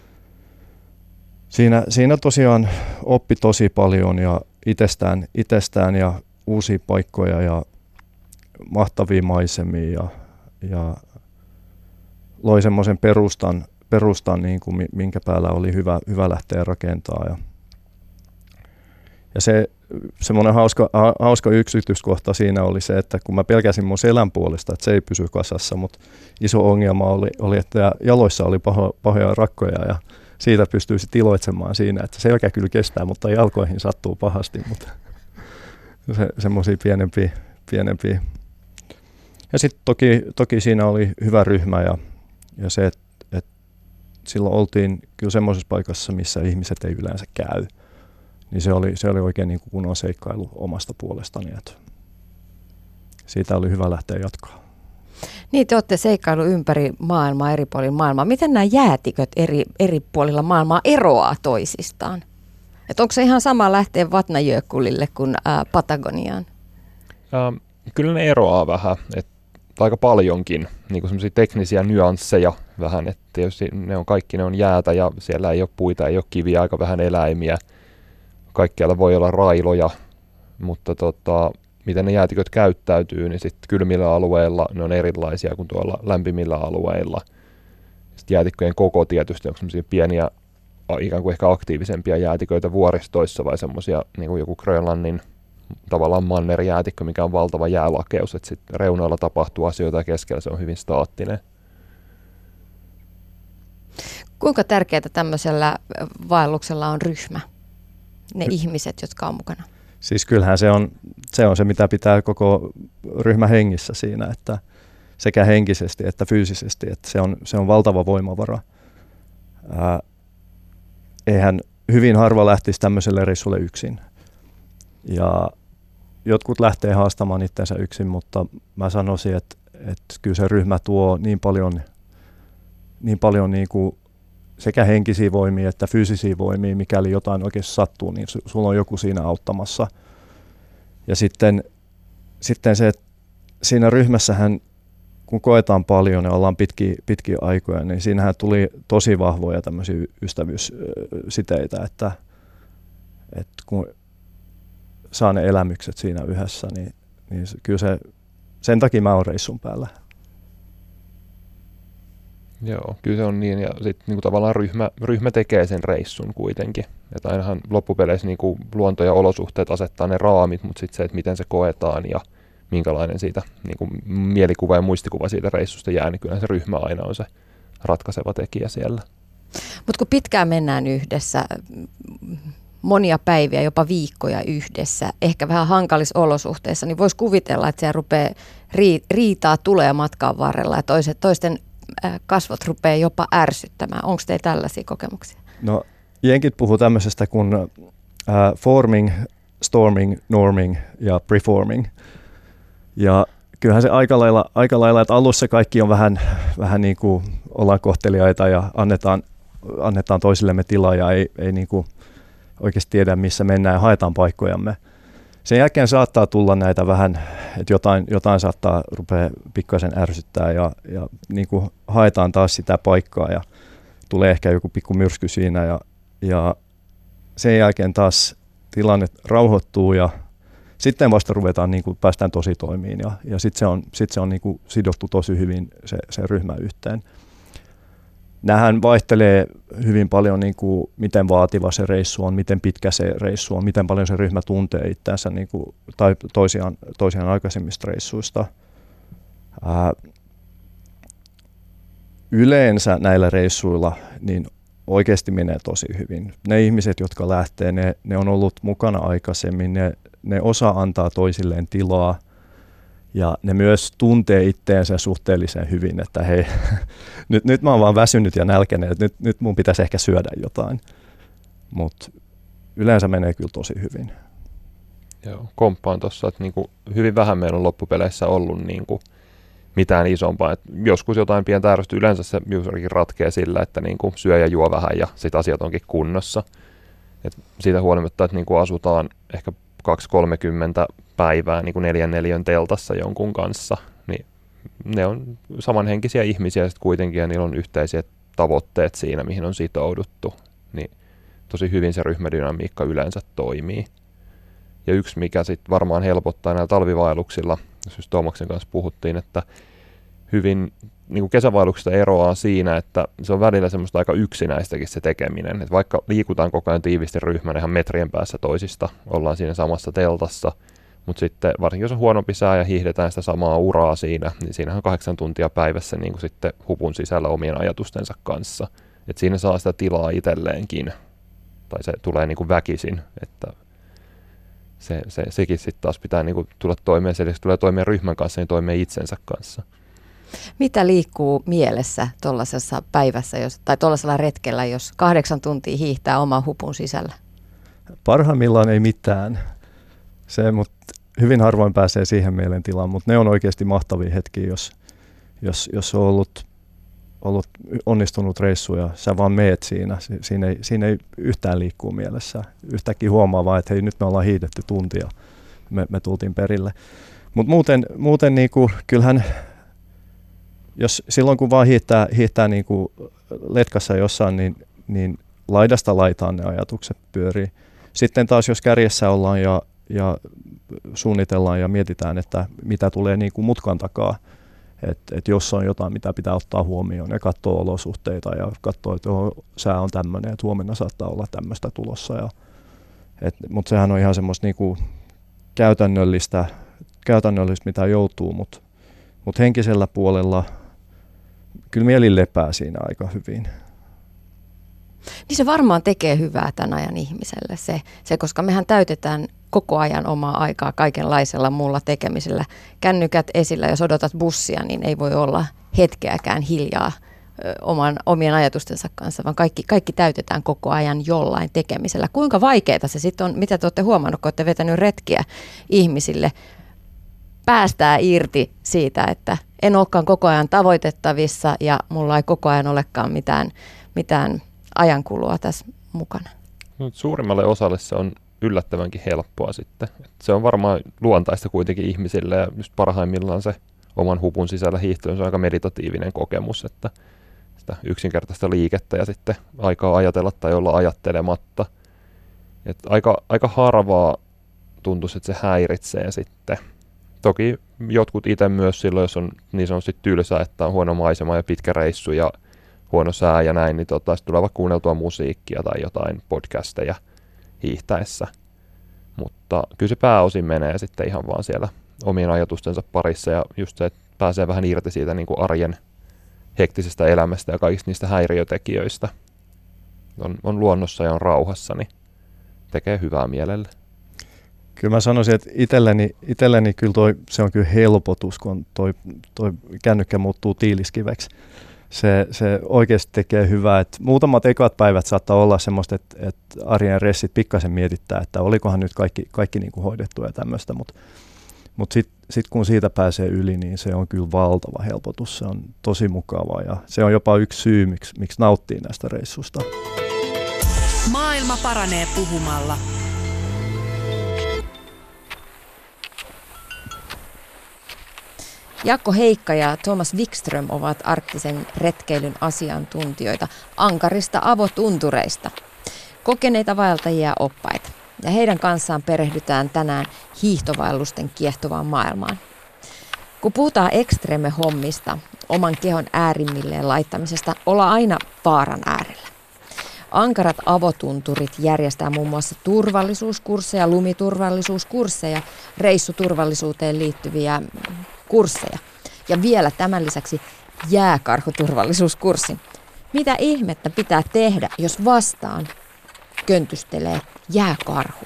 siinä, siinä tosiaan oppi tosi paljon ja itsestään, itsestään ja uusia paikkoja ja mahtavia maisemia ja ja loi semmoisen perustan, perustan niin kuin minkä päällä oli hyvä, hyvä lähteä rakentamaan. Ja, Ja se semmoinen hauska, hauska yksityiskohta siinä oli se, että kun mä pelkäsin mun selän puolesta, että se ei pysy kasassa, mutta iso ongelma oli, oli että jaloissa oli paho, pahoja rakkoja ja siitä pystyy sitten iloitsemaan siinä, että selkä kyllä kestää, mutta jalkoihin sattuu pahasti, mutta se, semmoisia pienempiä, pienempiä. Ja sitten toki, toki siinä oli hyvä ryhmä ja, ja se, että et silloin oltiin kyllä semmoisessa paikassa, missä ihmiset ei yleensä käy. Niin se oli, se oli oikein niin kuin kunnon seikkailu omasta puolestani, että siitä oli hyvä lähteä jatkaa. Niin, te olette seikkailu ympäri maailmaa, eri puolilla maailmaa. Miten nämä jäätiköt eri, eri puolilla maailmaa eroaa toisistaan? Et onko se ihan sama lähteä Vatnajökullille kuin ää, Patagoniaan? Ähm, kyllä ne eroaa vähän, että aika paljonkin, niin kuin semmoisia teknisiä nyansseja vähän, että tietysti ne on kaikki ne on jäätä ja siellä ei ole puita, ei ole kiviä, aika vähän eläimiä. Kaikkialla voi olla railoja, mutta tota, miten ne jäätiköt käyttäytyy, niin sitten kylmillä alueilla ne on erilaisia kuin tuolla lämpimillä alueilla. Sitten jäätikköjen koko tietysti on semmoisia pieniä, ikään kuin ehkä aktiivisempia jäätiköitä vuoristoissa vai semmoisia niin kuin joku Grönlannin tavallaan mannerjäätikkö, mikä on valtava jäälakeus, että sitten reunoilla tapahtuu asioita ja keskellä se on hyvin staattinen. Kuinka tärkeää tämmöisellä vaelluksella on ryhmä? Ne ihmiset, jotka on mukana. Siis kyllähän se on, se on se, mitä pitää koko ryhmä hengissä siinä, että sekä henkisesti että fyysisesti, että se on, se on valtava voimavara. Ää, eihän hyvin harva lähtisi tämmöiselle reissulle yksin. Ja jotkut lähtee haastamaan itsensä yksin, mutta mä sanoisin, että, että kyllä se ryhmä tuo niin paljon, niin paljon niin kuin sekä henkisiä voimia että fyysisiä voimia, mikäli jotain oikeasti sattuu, niin sulla on joku siinä auttamassa. Ja sitten, sitten se, että siinä ryhmässähän, kun koetaan paljon ja ollaan pitkiä, pitkiä aikoja, niin siinähän tuli tosi vahvoja tämmöisiä ystävyyssiteitä, että, että kun saa ne elämykset siinä yhdessä, niin, niin kyllä se, sen takia mä oon reissun päällä. Joo, kyllä se on niin, ja sitten niinku tavallaan ryhmä, ryhmä tekee sen reissun kuitenkin. Että ainahan loppupeleissä niinku luonto ja olosuhteet asettaa ne raamit, mutta sitten se, että miten se koetaan ja minkälainen siitä niinku mielikuva ja muistikuva siitä reissusta jää, niin kyllä se ryhmä aina on se ratkaiseva tekijä siellä. Mutta kun pitkään mennään yhdessä, monia päiviä, jopa viikkoja yhdessä, ehkä vähän hankalissa olosuhteissa, niin voisi kuvitella, että siellä rupeaa riitaa tulee matkan varrella ja toiset, toisten kasvot rupeaa jopa ärsyttämään. Onko teillä tällaisia kokemuksia? No, jenkit puhuu tämmöisestä kuin uh, forming, storming, norming ja preforming. Ja kyllähän se aika lailla, aika lailla, että alussa kaikki on vähän, vähän niin kuin ollaan kohteliaita ja annetaan, annetaan toisillemme tilaa ja ei, ei niin kuin oikeasti tiedä, missä mennään ja haetaan paikkojamme. Sen jälkeen saattaa tulla näitä vähän, että jotain, jotain saattaa rupea pikkasen ärsyttää ja, ja niin kuin haetaan taas sitä paikkaa ja tulee ehkä joku pikku myrsky siinä ja, ja sen jälkeen taas tilanne rauhoittuu ja sitten vasta ruvetaan, niin kuin päästään tosi toimiin ja, ja sitten se on, sit se on niin kuin sidottu tosi hyvin se, se ryhmä yhteen. Nämähän vaihtelee hyvin paljon, niin kuin, miten vaativa se reissu on, miten pitkä se reissu on, miten paljon se ryhmä tuntee itseänsä niin kuin, tai toisiaan, toisiaan aikaisemmista reissuista. Ää, yleensä näillä reissuilla niin oikeasti menee tosi hyvin. Ne ihmiset, jotka lähtee, ne, ne on ollut mukana aikaisemmin, ne, ne osaa antaa toisilleen tilaa. Ja ne myös tuntee itteensä suhteellisen hyvin, että hei, nyt, nyt mä oon vaan väsynyt ja nälkäinen, että nyt, nyt mun pitäisi ehkä syödä jotain. Mutta yleensä menee kyllä tosi hyvin. Joo, komppaan tuossa, että niinku hyvin vähän meillä on loppupeleissä ollut niinku mitään isompaa. Et joskus jotain pientä ärsytystä, yleensä se juurikin ratkee sillä, että niinku syö ja juo vähän ja sit asiat onkin kunnossa. Et siitä huolimatta, että niinku asutaan ehkä kaksi kolmekymmentä päivää niin kuin neljän neljän teltassa jonkun kanssa, niin ne on samanhenkisiä ihmisiä sitten kuitenkin ja niillä on yhteisiä tavoitteet siinä, mihin on sitouduttu, niin tosi hyvin se ryhmädynamiikka yleensä toimii. Ja yksi, mikä sitten varmaan helpottaa näillä talvivaelluksilla, jos just Tuomaksen kanssa puhuttiin, että hyvin niin kuin kesävaelluksesta eroaa siinä, että se on välillä semmoista aika yksinäistäkin se tekeminen. Et vaikka liikutaan koko ajan tiivisti ryhmänä ihan metrien päässä toisista, ollaan siinä samassa teltassa, mutta sitten varsinkin jos on huonompi sää ja hiihdetään sitä samaa uraa siinä, niin siinähän on kahdeksan tuntia päivässä niin kuin sitten hupun sisällä omien ajatustensa kanssa. Et siinä saa sitä tilaa itselleenkin, tai se tulee niin kuin väkisin, että se, se, sekin sitten taas pitää niin kuin tulla toimeen, se tulee toimeen ryhmän kanssa, niin toimeen itsensä kanssa. Mitä liikkuu mielessä tuollaisessa päivässä jos, tai tuollaisella retkellä, jos kahdeksan tuntia hiihtää oman hupun sisällä? Parhaimmillaan ei mitään, se, mutta hyvin harvoin pääsee siihen mielentilaan, mutta ne on oikeasti mahtavia hetkiä, jos, jos, jos on ollut, ollut onnistunut reissu ja sä vaan meet siinä. Siinä ei, siinä ei yhtään liikkuu mielessä. Yhtäkkiä huomaa vaan, että hei, nyt me ollaan hiihdetty tuntia, me, me tultiin perille. Mutta muuten, muuten niinku, kyllähän, jos silloin kun vaan hiihtää, hiihtää niinku letkassa jossain, niin, niin laidasta laitaan ne ajatukset pyörii. Sitten taas jos kärjessä ollaan ja, ja suunnitellaan ja mietitään, että mitä tulee niin kuin mutkan takaa, että et jos on jotain, mitä pitää ottaa huomioon ja katsoa olosuhteita ja katsoa, että sää on tämmöinen, että huomenna saattaa olla tämmöistä tulossa. Ja, mutta sehän on ihan semmoista niin kuin käytännöllistä, käytännöllistä, mitä joutuu, mutta mut henkisellä puolella kyllä mieli lepää siinä aika hyvin. Niin se varmaan tekee hyvää tämän ajan ihmiselle, se, se, koska mehän täytetään koko ajan omaa aikaa kaikenlaisella muulla tekemisellä. Kännykät esillä, jos odotat bussia, niin ei voi olla hetkeäkään hiljaa ö, oman, omien ajatustensa kanssa, vaan kaikki, kaikki täytetään koko ajan jollain tekemisellä. Kuinka vaikeaa se sitten on, mitä te olette huomannut, kun olette vetänyt retkiä ihmisille, päästää irti siitä, että en olekaan koko ajan tavoitettavissa ja mulla ei koko ajan olekaan mitään, mitään ajankulua tässä mukana. No, suurimmalle osalle se on yllättävänkin helppoa sitten. Se on varmaan luontaista kuitenkin ihmisille ja just parhaimmillaan se oman hupun sisällä hiihtely on aika meditatiivinen kokemus, että sitä yksinkertaista liikettä ja sitten aikaa ajatella tai olla ajattelematta. Et aika, aika harvaa tuntuisi, että se häiritsee sitten. Toki jotkut itse myös silloin, jos on niin sanotusti tylsää, että on huono maisema ja pitkä reissu ja huono sää ja näin, niin tota, sitten tulee vaikka kuunneltua musiikkia tai jotain podcasteja hiihtäessä. Mutta kyllä se pääosin menee sitten ihan vaan siellä omien ajatustensa parissa ja just se, että pääsee vähän irti siitä niin kuin arjen hektisestä elämästä ja kaikista niistä häiriötekijöistä. On, on luonnossa ja on rauhassa, niin tekee hyvää mielelle. Kyllä mä sanoisin, että itselleni, itselleni kyllä toi, se on kyllä helpotus, kun toi, toi kännykkä muuttuu tiiliskiveksi. Se, se oikeasti tekee hyvää. Et muutamat ekat päivät saattaa olla semmoista, että et arjen ressit pikkasen mietittää, että olikohan nyt kaikki, kaikki niin kuin hoidettu ja tämmöistä, mutta mut sitten sit kun siitä pääsee yli, niin se on kyllä valtava helpotus. Se on tosi mukavaa ja se on jopa yksi syy, miksi, miksi nauttii näistä reissusta. Maailma paranee puhumalla. Jaakko Heikka ja Thomas Wikström ovat arktisen retkeilyn asiantuntijoita ankarista avotuntureista, kokeneita vaeltajia ja oppaita. Ja heidän kanssaan perehdytään tänään hiihtovaellusten kiehtovaan maailmaan. Kun puhutaan ekstreeme-hommista, oman kehon äärimmilleen laittamisesta, ollaan aina vaaran äärellä. Ankarat avotunturit järjestää muun muassa turvallisuuskursseja, lumiturvallisuuskursseja, reissuturvallisuuteen liittyviä kursseja ja vielä tämän lisäksi jääkarhuturvallisuuskurssin. Mitä ihmettä pitää tehdä, jos vastaan köntystelee jääkarhu?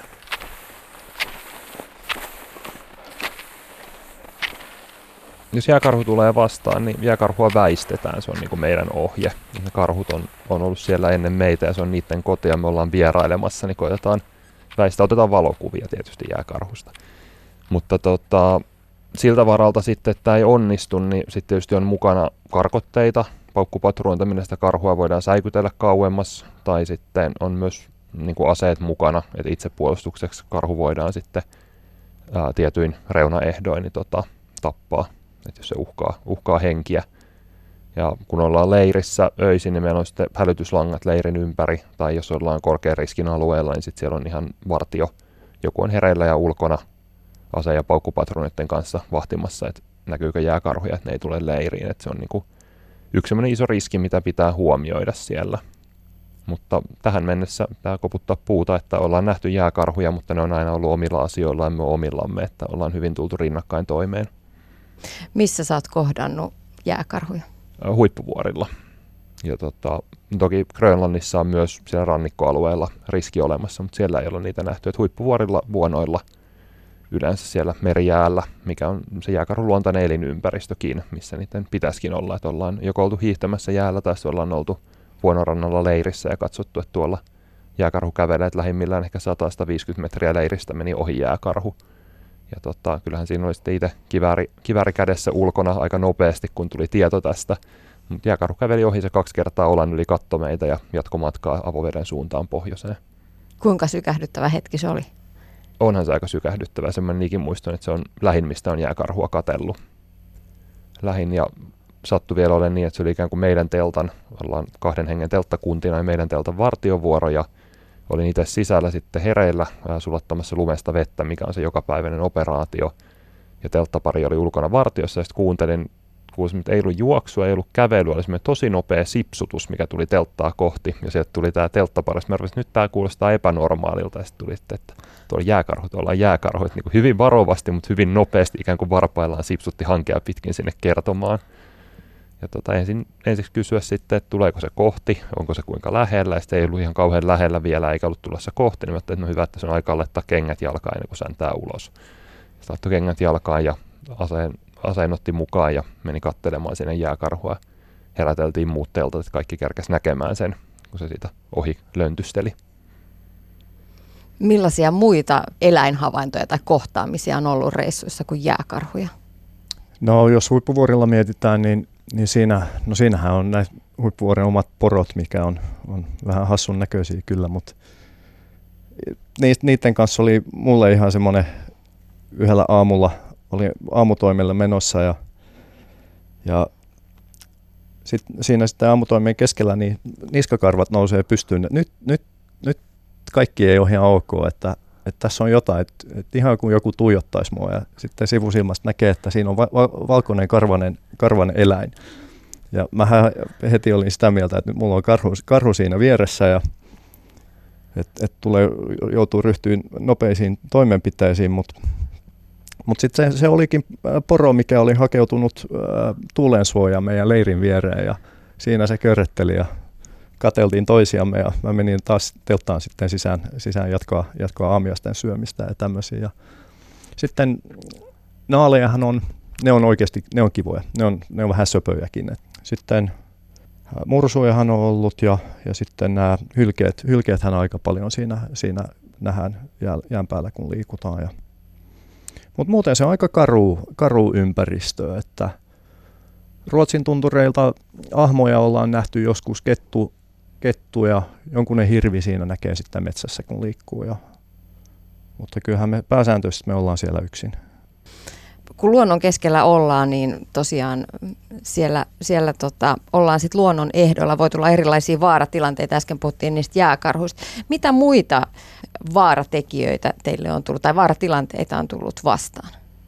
Jos jääkarhu tulee vastaan, niin jääkarhua väistetään. Se on niin kuin meidän ohje. Ne karhut on, on ollut siellä ennen meitä ja se on niiden koti ja me ollaan vierailemassa, niin koitetaan väistää. Otetaan valokuvia tietysti jääkarhusta. Mutta tota, siltä varalta sitten, että tämä ei onnistu, niin sitten tietysti on mukana karkotteita. Paukkupatruuntaminen, sitä karhua voidaan säikytellä kauemmas. Tai sitten on myös niin kuin aseet mukana, että itsepuolustukseksi karhu voidaan sitten ää, tietyin reunaehdoin niin tota, tappaa. Että jos se uhkaa, uhkaa henkiä. Ja kun ollaan leirissä öisin, niin meillä on sitten hälytyslangat leirin ympäri. Tai jos ollaan korkean riskin alueella, niin sitten siellä on ihan vartio. Joku on hereillä ja ulkona ase- ja paukkupatruuneiden kanssa vahtimassa, että näkyykö jääkarhuja, että ne ei tule leiriin. Että se on niin kuin yksi sellainen iso riski, mitä pitää huomioida siellä. Mutta tähän mennessä tämä koputtaa puuta, että ollaan nähty jääkarhuja, mutta ne on aina ollut omilla asioillaan, me omillamme, että ollaan hyvin tultu rinnakkain toimeen. Missä sä oot kohdannut jääkarhuja? Huippuvuorilla. Ja tota, toki Grönlannissa on myös siellä rannikkoalueella riski olemassa, mutta siellä ei ole niitä nähty. Et huippuvuorilla, vuonoilla, yleensä siellä merijäällä, mikä on se jääkarhun luontainen elinympäristökin, missä niiden pitäisikin olla. Että ollaan joko oltu hiihtämässä jäällä tai ollaan oltu vuonorannalla leirissä ja katsottu, että tuolla jääkarhu kävelee, että lähimmillään ehkä sata viisikymmentä metriä leiristä meni ohi jääkarhu. Ja tota, kyllähän siinä oli sitten itse kivääri, kivääri kädessä ulkona aika nopeasti, kun tuli tieto tästä. Mutta jääkarhu käveli ohi se kaksi kertaa olan yli, katto meitä ja jatkoi matkaa avoveden suuntaan pohjoiseen. Kuinka sykähdyttävä hetki se oli? Onhan se aika sykähdyttävä. Semmoinen niinkin muistan, että se on lähin, mistä on jääkarhua katsellut. Lähin ja sattui vielä olemaan niin, että se oli ikään kuin meidän teltan, ollaan kahden hengen telttakuntina ja meidän teltan vartiovuoro ja olin itse sisällä sitten hereillä sulattamassa lumesta vettä, mikä on se jokapäiväinen operaatio. Ja telttapari oli ulkona vartiossa ja sitten kuuntelin, kuulisin, että ei ollut juoksua, ei ollut kävelyä, oli semmoinen tosi nopea sipsutus, mikä tuli telttaa kohti. Ja sieltä tuli tämä telttapari, mä arvasin, että nyt tämä kuulostaa epänormaalilta. Ja sitten tuli, että tuolla jääkarhu, tuolla on jääkarhu, että niin kuin hyvin varovasti, mutta hyvin nopeasti ikään kuin varpaillaan sipsutti hankea pitkin sinne kertomaan. Ja tota, ensin, ensiksi kysyä sitten, että tuleeko se kohti, onko se kuinka lähellä, ja sitten ei ollut ihan kauhean lähellä vielä, eikä ollut tulossa kohti, niin että no hyvä, että se on aika laittaa kengät jalkaan ennen kuin säntää ulos. Sitten laittoi kengät jalkaan ja aseen, aseen otti mukaan ja meni katselemaan sinne jääkarhua. Heräteltiin muut teltat, että kaikki kerkäs näkemään sen, kun se siitä ohi löntysteli. Millaisia muita eläinhavaintoja tai kohtaamisia on ollut reissuissa kuin jääkarhuja? No jos huippuvuorilla mietitään, niin Niin siinä, no siinähän on näitä huippuvuoren omat porot, mikä on, on vähän hassun näköisiä kyllä, mutta niiden kanssa oli mulle ihan semmoinen yhdellä aamulla, oli aamutoimelle menossa ja, ja sit, siinä sitten aamutoimien keskellä niin niskakarvat nousee pystyyn. Nyt, nyt, nyt kaikki ei ole ihan ok, että, että tässä on jotain, että, että ihan kuin joku tuijottaisi mua ja sitten sivusilmasta näkee, että siinä on va- va- valkoinen karvanen, karvanen eläin. Ja mä heti olin sitä mieltä, että nyt mulla on karhu, karhu siinä vieressä ja että et tulee, joutuu ryhtyä nopeisiin toimenpiteisiin, mutta mut sitten se, se olikin poro, mikä oli hakeutunut ä, tuulensuojaan meidän leirin viereen ja siinä se körretteli ja katseltiin toisiamme ja mä menin taas telttaan sitten sisään, sisään jatkaa, jatkaa aamiaisten syömistä ja tämmöisiä. Ja sitten naalejahan on, ne on oikeasti, ne on kivoja, ne on, ne on vähän söpöjäkin. Et sitten mursujahan on ollut ja, ja sitten nämä hylkeet, hylkeethän aika paljon siinä, siinä nähdään jään päällä kun liikutaan. Ja. Mutta muuten se on aika karu, karu ympäristö, että Ruotsin tuntureilta ahmoja ollaan nähty joskus kettu, kettu ja jonkunen hirvi siinä näkee sitten metsässä kun liikkuu. Ja, mutta kyllähän me pääsääntöisesti me ollaan siellä yksin. Kun luonnon keskellä ollaan, niin tosiaan siellä, siellä tota, ollaan sit luonnon ehdolla. Voi tulla erilaisia vaaratilanteita. Äsken puhuttiin niistä jääkarhuista. Mitä muita vaaratekijöitä teille on tullut tai vaaratilanteita on tullut vastaan?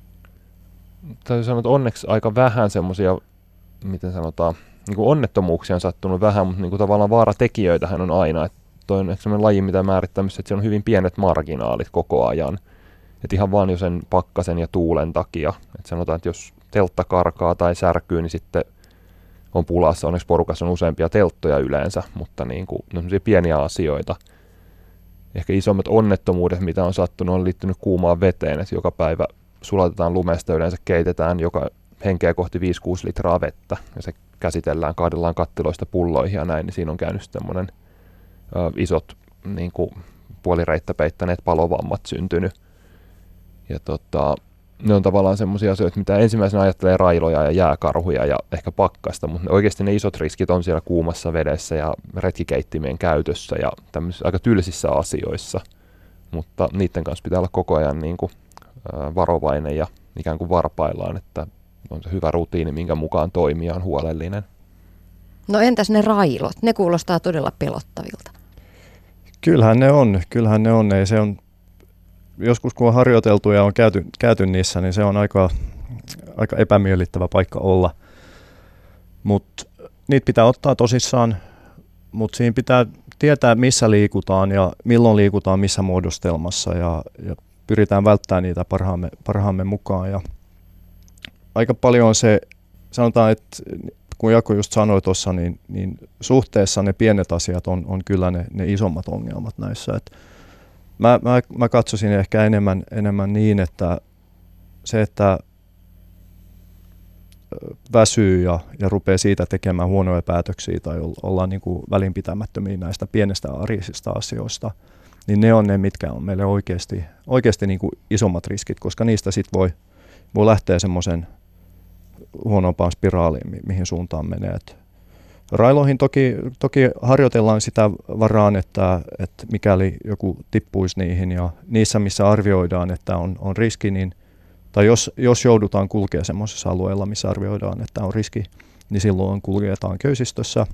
Täytyy sanoa, että onneksi aika vähän semmoisia, miten sanotaan, niin kuin onnettomuuksia on sattunut vähän, mutta niin kuin tavallaan vaaratekijöitähän on aina. Että toi on sellainen laji, mitä määrittämässä, että siellä on hyvin pienet marginaalit koko ajan. Että ihan vaan jo sen pakkasen ja tuulen takia. Että sanotaan, että jos teltta karkaa tai särkyy, niin sitten on pulassa. Onneksi porukassa on useampia telttoja yleensä, mutta niin kuin, no sellaisia pieniä asioita. Ehkä isommat onnettomuudet, mitä on sattunut, on liittynyt kuumaan veteen. Että joka päivä sulatetaan lumesta, yleensä keitetään joka henkeä kohti viisi kuusi litraa vettä. Ja se käsitellään, kaadellaan kattiloista pulloihin ja näin, niin siinä on käynyt semmoinen ö, isot niin kuin puolireittä peittäneet palovammat syntynyt. Ja tota, ne on tavallaan semmoisia asioita, mitä ensimmäisenä ajattelee railoja ja jääkarhuja ja ehkä pakkasta, mutta oikeasti ne isot riskit on siellä kuumassa vedessä ja retkikeittimien käytössä ja tämmöisissä aika tylsissä asioissa. Mutta niiden kanssa pitää olla koko ajan niin kuin, ä, varovainen ja ikään kuin varpaillaan, että on se hyvä rutiini, minkä mukaan toimija on huolellinen. No entäs ne railot? Ne kuulostaa todella pelottavilta. Kyllähän ne on, kyllähän ne on. Ei se on joskus kun on harjoiteltu ja on käyty, käyty niissä, niin se on aika, aika epämiellyttävä paikka olla. Mutta niitä pitää ottaa tosissaan, mutta siinä pitää tietää, missä liikutaan ja milloin liikutaan missä muodostelmassa ja, ja pyritään välttämään niitä parhaamme, parhaamme mukaan. Ja aika paljon on se, sanotaan, että kun Jaakko just sanoi tuossa, niin, niin suhteessa ne pienet asiat on, on kyllä ne, ne isommat ongelmat näissä. Et mä, mä, mä katsoisin ehkä enemmän, enemmän niin, että se, että väsyy ja, ja rupeaa siitä tekemään huonoja päätöksiä tai ollaan niin kuin välinpitämättömiä näistä pienestä arjesista asioista, niin ne on ne, mitkä on meille oikeasti, oikeasti niin kuin isommat riskit, koska niistä sitten voi, voi lähteä semmoisen huonompaan spiraaliin, mi- mihin suuntaan menee. Et railoihin toki, toki harjoitellaan sitä varaan, että, että mikäli joku tippuisi niihin ja niissä, missä arvioidaan, että on, on riski, niin tai jos, jos joudutaan kulkemaan semmoisessa alueella, missä arvioidaan, että on riski, niin silloin kuljetaan köysistössä,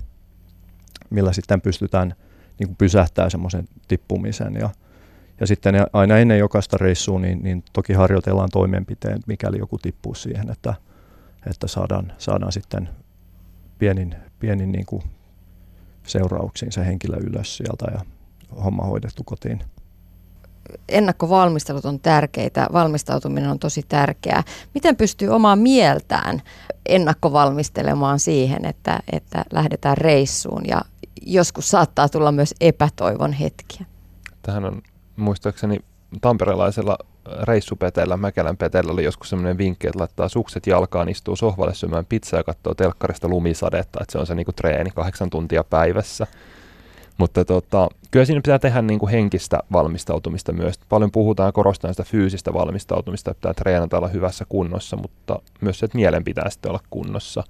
millä sitten pystytään niin kuin pysähtämään semmoisen tippumisen. Ja, ja sitten aina ennen jokaista reissua, niin, niin toki harjoitellaan toimenpiteen, mikäli joku tippuu siihen, että, että saadaan, saadaan sitten pienin, pienin niin kuin seurauksiin se henkilö ylös sieltä ja homma hoidettu kotiin. Ennakkovalmistelut on tärkeitä, valmistautuminen on tosi tärkeää. Miten pystyy omaa mieltään ennakkovalmistelemaan siihen, että, että lähdetään reissuun ja joskus saattaa tulla myös epätoivon hetkiä? Tähän on muistaakseni tamperelaisella reissupeteellä, Mäkelän peteellä oli joskus sellainen vinkki, että laittaa sukset jalkaan, istuu sohvalle syömään pizzaa ja katsoo telkkarista lumisadetta, että se on se niinku treeni kahdeksan tuntia päivässä. Mutta tota, kyllä siinä pitää tehdä niin kuin henkistä valmistautumista myös. Paljon puhutaan ja korostetaan sitä fyysistä valmistautumista, että pitää treenata olla hyvässä kunnossa, mutta myös se, että mielen pitää sitten olla kunnossa.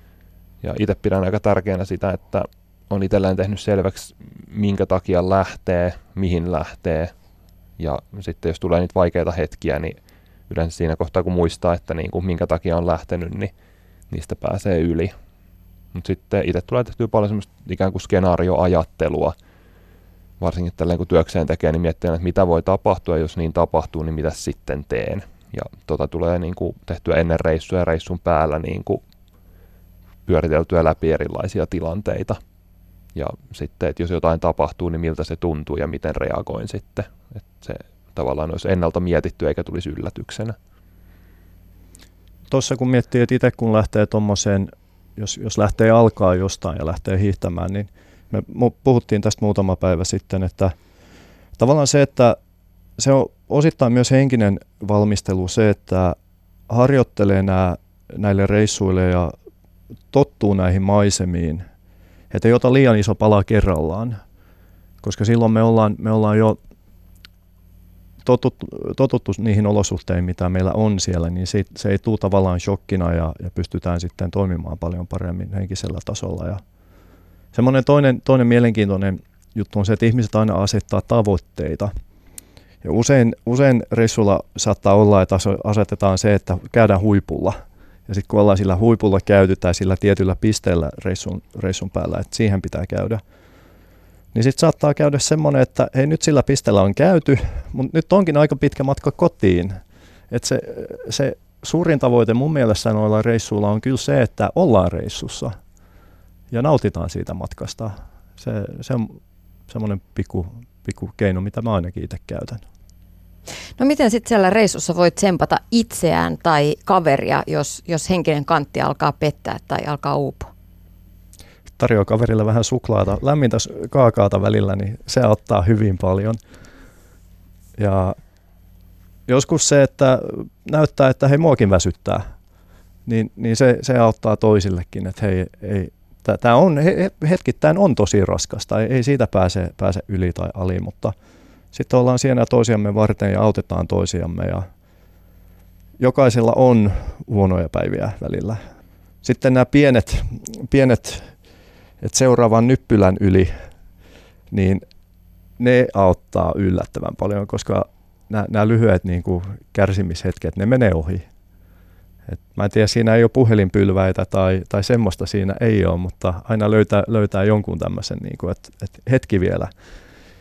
Ja itse pidän aika tärkeänä sitä, että on itselleen tehnyt selväksi, minkä takia lähtee, mihin lähtee. Ja sitten jos tulee niitä vaikeita hetkiä, niin yleensä siinä kohtaa, kun muistaa, että niin kuin minkä takia on lähtenyt, niin niistä pääsee yli. Mutta sitten itse tulee tehtyä paljon semmoista ikään kuin skenaarioajattelua, varsinkin tälleen kun työkseen tekee, niin miettii, että mitä voi tapahtua, ja jos niin tapahtuu, niin mitä sitten teen. Ja tota tulee niin kuin tehtyä ennen reissua ja reissun päällä niin kuin pyöriteltyä läpi erilaisia tilanteita. Ja sitten, että jos jotain tapahtuu, niin miltä se tuntuu ja miten reagoin sitten. Että se tavallaan olisi ennalta mietitty eikä tulisi yllätyksenä. Tuossa kun miettii, että itse kun lähtee tuommoiseen, Jos, jos lähtee alkaa jostain ja lähtee hiihtämään, niin me puhuttiin tästä muutama päivä sitten, että tavallaan se, että se on osittain myös henkinen valmistelu, se, että harjoittelee nää, näille reissuille ja tottuu näihin maisemiin, että ei ota liian iso pala kerrallaan, koska silloin me ollaan, me ollaan jo totuttu, totuttu niihin olosuhteihin, mitä meillä on siellä, niin se, se ei tule tavallaan shokkina ja, ja pystytään sitten toimimaan paljon paremmin henkisellä tasolla. Ja semmoinen toinen, toinen mielenkiintoinen juttu on se, että ihmiset aina asettaa tavoitteita. Ja usein, usein reissulla saattaa olla, että asetetaan se, että käydään huipulla. Ja sitten kun ollaan sillä huipulla käyty tai sillä tietyllä pisteellä reissun, reissun päällä, että siihen pitää käydä, niin sitten saattaa käydä semmoinen, että hei, nyt sillä pisteellä on käyty, mutta nyt onkin aika pitkä matka kotiin. Et se, se suurin tavoite mun mielestä noilla reissuilla on kyllä se, että ollaan reissussa ja nautitaan siitä matkasta. Se, se on semmoinen pikku, pikku keino, mitä mä ainakin itse käytän. No miten sitten siellä reissussa voit tsempata itseään tai kaveria, jos, jos henkinen kantti alkaa pettää tai alkaa uupua? Tarjoaa kaverille vähän suklaata, lämmintä kaakaata välillä, niin se auttaa hyvin paljon. Ja joskus se, että näyttää, että hei, muakin väsyttää, niin, niin se, se auttaa toisillekin, että hei, ei, tämä on, he, hetkittäin on tosi raskasta, ei, ei siitä pääse, pääse yli tai ali, mutta sitten ollaan siinä toisiamme varten ja autetaan toisiamme ja jokaisella on huonoja päiviä välillä. Sitten nämä pienet, pienet että seuraavan nyppylän yli, niin ne auttaa yllättävän paljon, koska nämä, nämä lyhyet niin kuin kärsimishetket, ne menee ohi. Et mä en tiedä, siinä ei ole puhelinpylväitä tai, tai semmoista siinä ei ole, mutta aina löytää, löytää jonkun tämmöisen, niin kuin, että, että hetki vielä.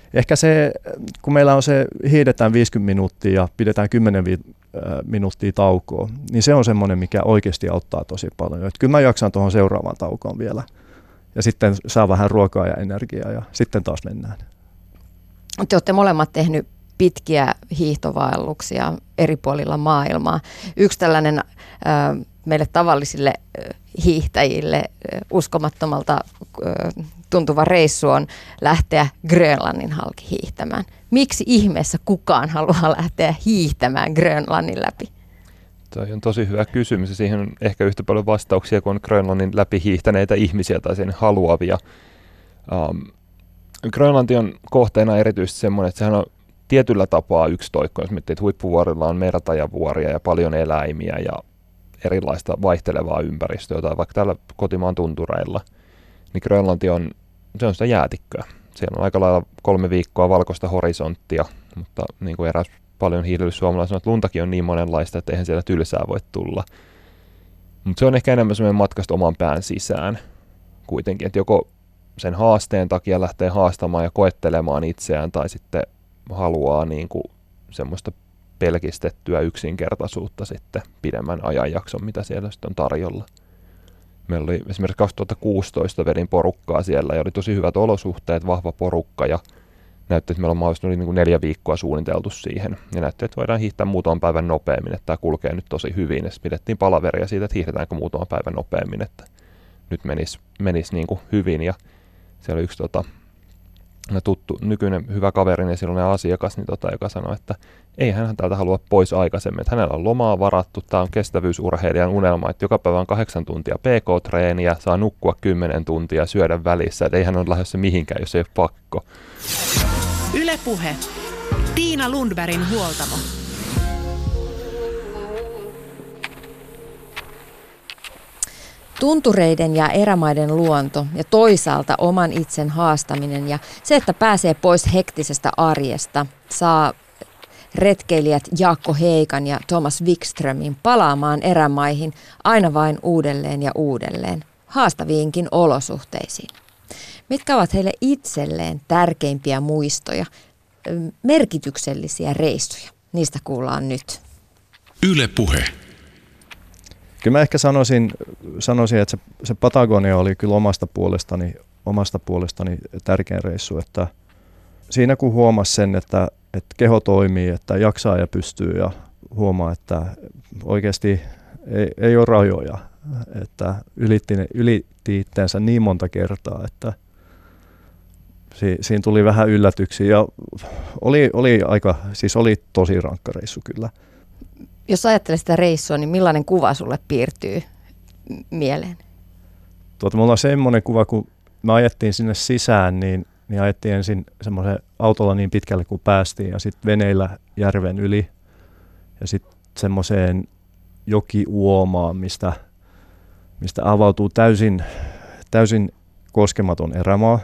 ehkä se, kun meillä on se, hiidetään viisikymmentä minuuttia ja pidetään kymmenen vi- minuuttia taukoa, niin se on semmoinen, mikä oikeasti auttaa tosi paljon. Et kyllä mä jaksan tuohon seuraavaan taukoon vielä. Ja sitten saa vähän ruokaa ja energiaa ja sitten taas mennään. Te olette molemmat tehnyt pitkiä hiihtovaelluksia eri puolilla maailmaa. Yksi tällainen äh, meille tavallisille äh, hiihtäjille äh, uskomattomalta äh, tuntuva reissu on lähteä Grönlannin halki hiihtämään. Miksi ihmeessä kukaan haluaa lähteä hiihtämään Grönlannin läpi? Toi on tosi hyvä kysymys ja siihen on ehkä yhtä paljon vastauksia kuin on Grönlannin läpi hiihtäneitä ihmisiä tai sen haluavia. Um, Grönlanti on kohteena erityisesti semmoinen, että sehän on tietyllä tapaa yksitoikko, jos miettii, että huippuvuorilla on mertajavuoria ja paljon eläimiä ja erilaista vaihtelevaa ympäristöä tai vaikka täällä kotimaan tuntureilla, niin Grönlanti on, se on sitä jäätikköä. Siellä on aika lailla kolme viikkoa valkoista horisonttia, mutta niin kuin eräs paljon hiihdellyt suomalainen sanoo, että luntakin on niin monenlaista, että eihän siellä tylsää voi tulla. Mutta se on ehkä enemmän semmoinen matkasta oman pään sisään kuitenkin, että joko sen haasteen takia lähtee haastamaan ja koettelemaan itseään tai sitten haluaa niin kuin semmoista pelkistettyä yksinkertaisuutta sitten pidemmän ajanjakson, mitä siellä sitten on tarjolla. Meillä oli esimerkiksi kaksituhattakuusitoista vedin porukkaa siellä ja oli tosi hyvät olosuhteet, vahva porukka ja näytti, että meillä on mahdollisesti niin kuin neljä viikkoa suunniteltu siihen. Ja näytti, että voidaan hiihtää muutaman päivän nopeammin, että tämä kulkee nyt tosi hyvin. Ja pidettiin palaveria siitä, että hiihdetäänkö muutaman päivän nopeammin, että nyt menisi, menisi niin kuin hyvin. Ja siellä oli yksi tota, tuttu, nykyinen hyvä kaverini ja silloinen asiakas, niin tota, joka sanoi, että ei hän täältä halua pois aikaisemmin. Että hänellä on lomaa varattu, tämä on kestävyysurheilijan unelma, että joka päivä on kahdeksan tuntia P K-treeniä, saa nukkua kymmenen tuntia ja syödä välissä, että ei hän ole lähdössä mihinkään, jos ei ole pakko. Yle Puhe. Tiina Lundbergin huoltamo. Tuntureiden ja erämaiden luonto ja toisaalta oman itsen haastaminen ja se, että pääsee pois hektisestä arjesta, saa retkeilijät Jaakko Heikan ja Thomas Wikströmin palaamaan erämaihin aina vain uudelleen ja uudelleen, haastaviinkin olosuhteisiin. Mitkä ovat heille itselleen tärkeimpiä muistoja, merkityksellisiä reissuja? Niistä kuullaan nyt. Yle Puhe. Kyllä mä ehkä sanoisin, sanoisin että se, se Patagonia oli kyllä omasta puolestani, omasta puolestani tärkein reissu. Että siinä kun huomasi sen, että, että keho toimii, että jaksaa ja pystyy ja huomaa, että oikeasti ei, ei ole rajoja. Että ylitti, ylitti itteensä niin monta kertaa, että si, siinä tuli vähän yllätyksiä ja oli, oli, aika, siis oli tosi rankka reissu kyllä. Jos ajattelet sitä reissua, niin millainen kuva sulle piirtyy mieleen? Tuota, mulla on semmoinen kuva, kun me ajettiin sinne sisään, niin, niin ajettiin ensin semmoisen autolla niin pitkälle kuin päästiin ja sitten veneillä järven yli ja sitten semmoiseen jokiuomaan, mistä, mistä avautuu täysin, täysin koskematon erämaa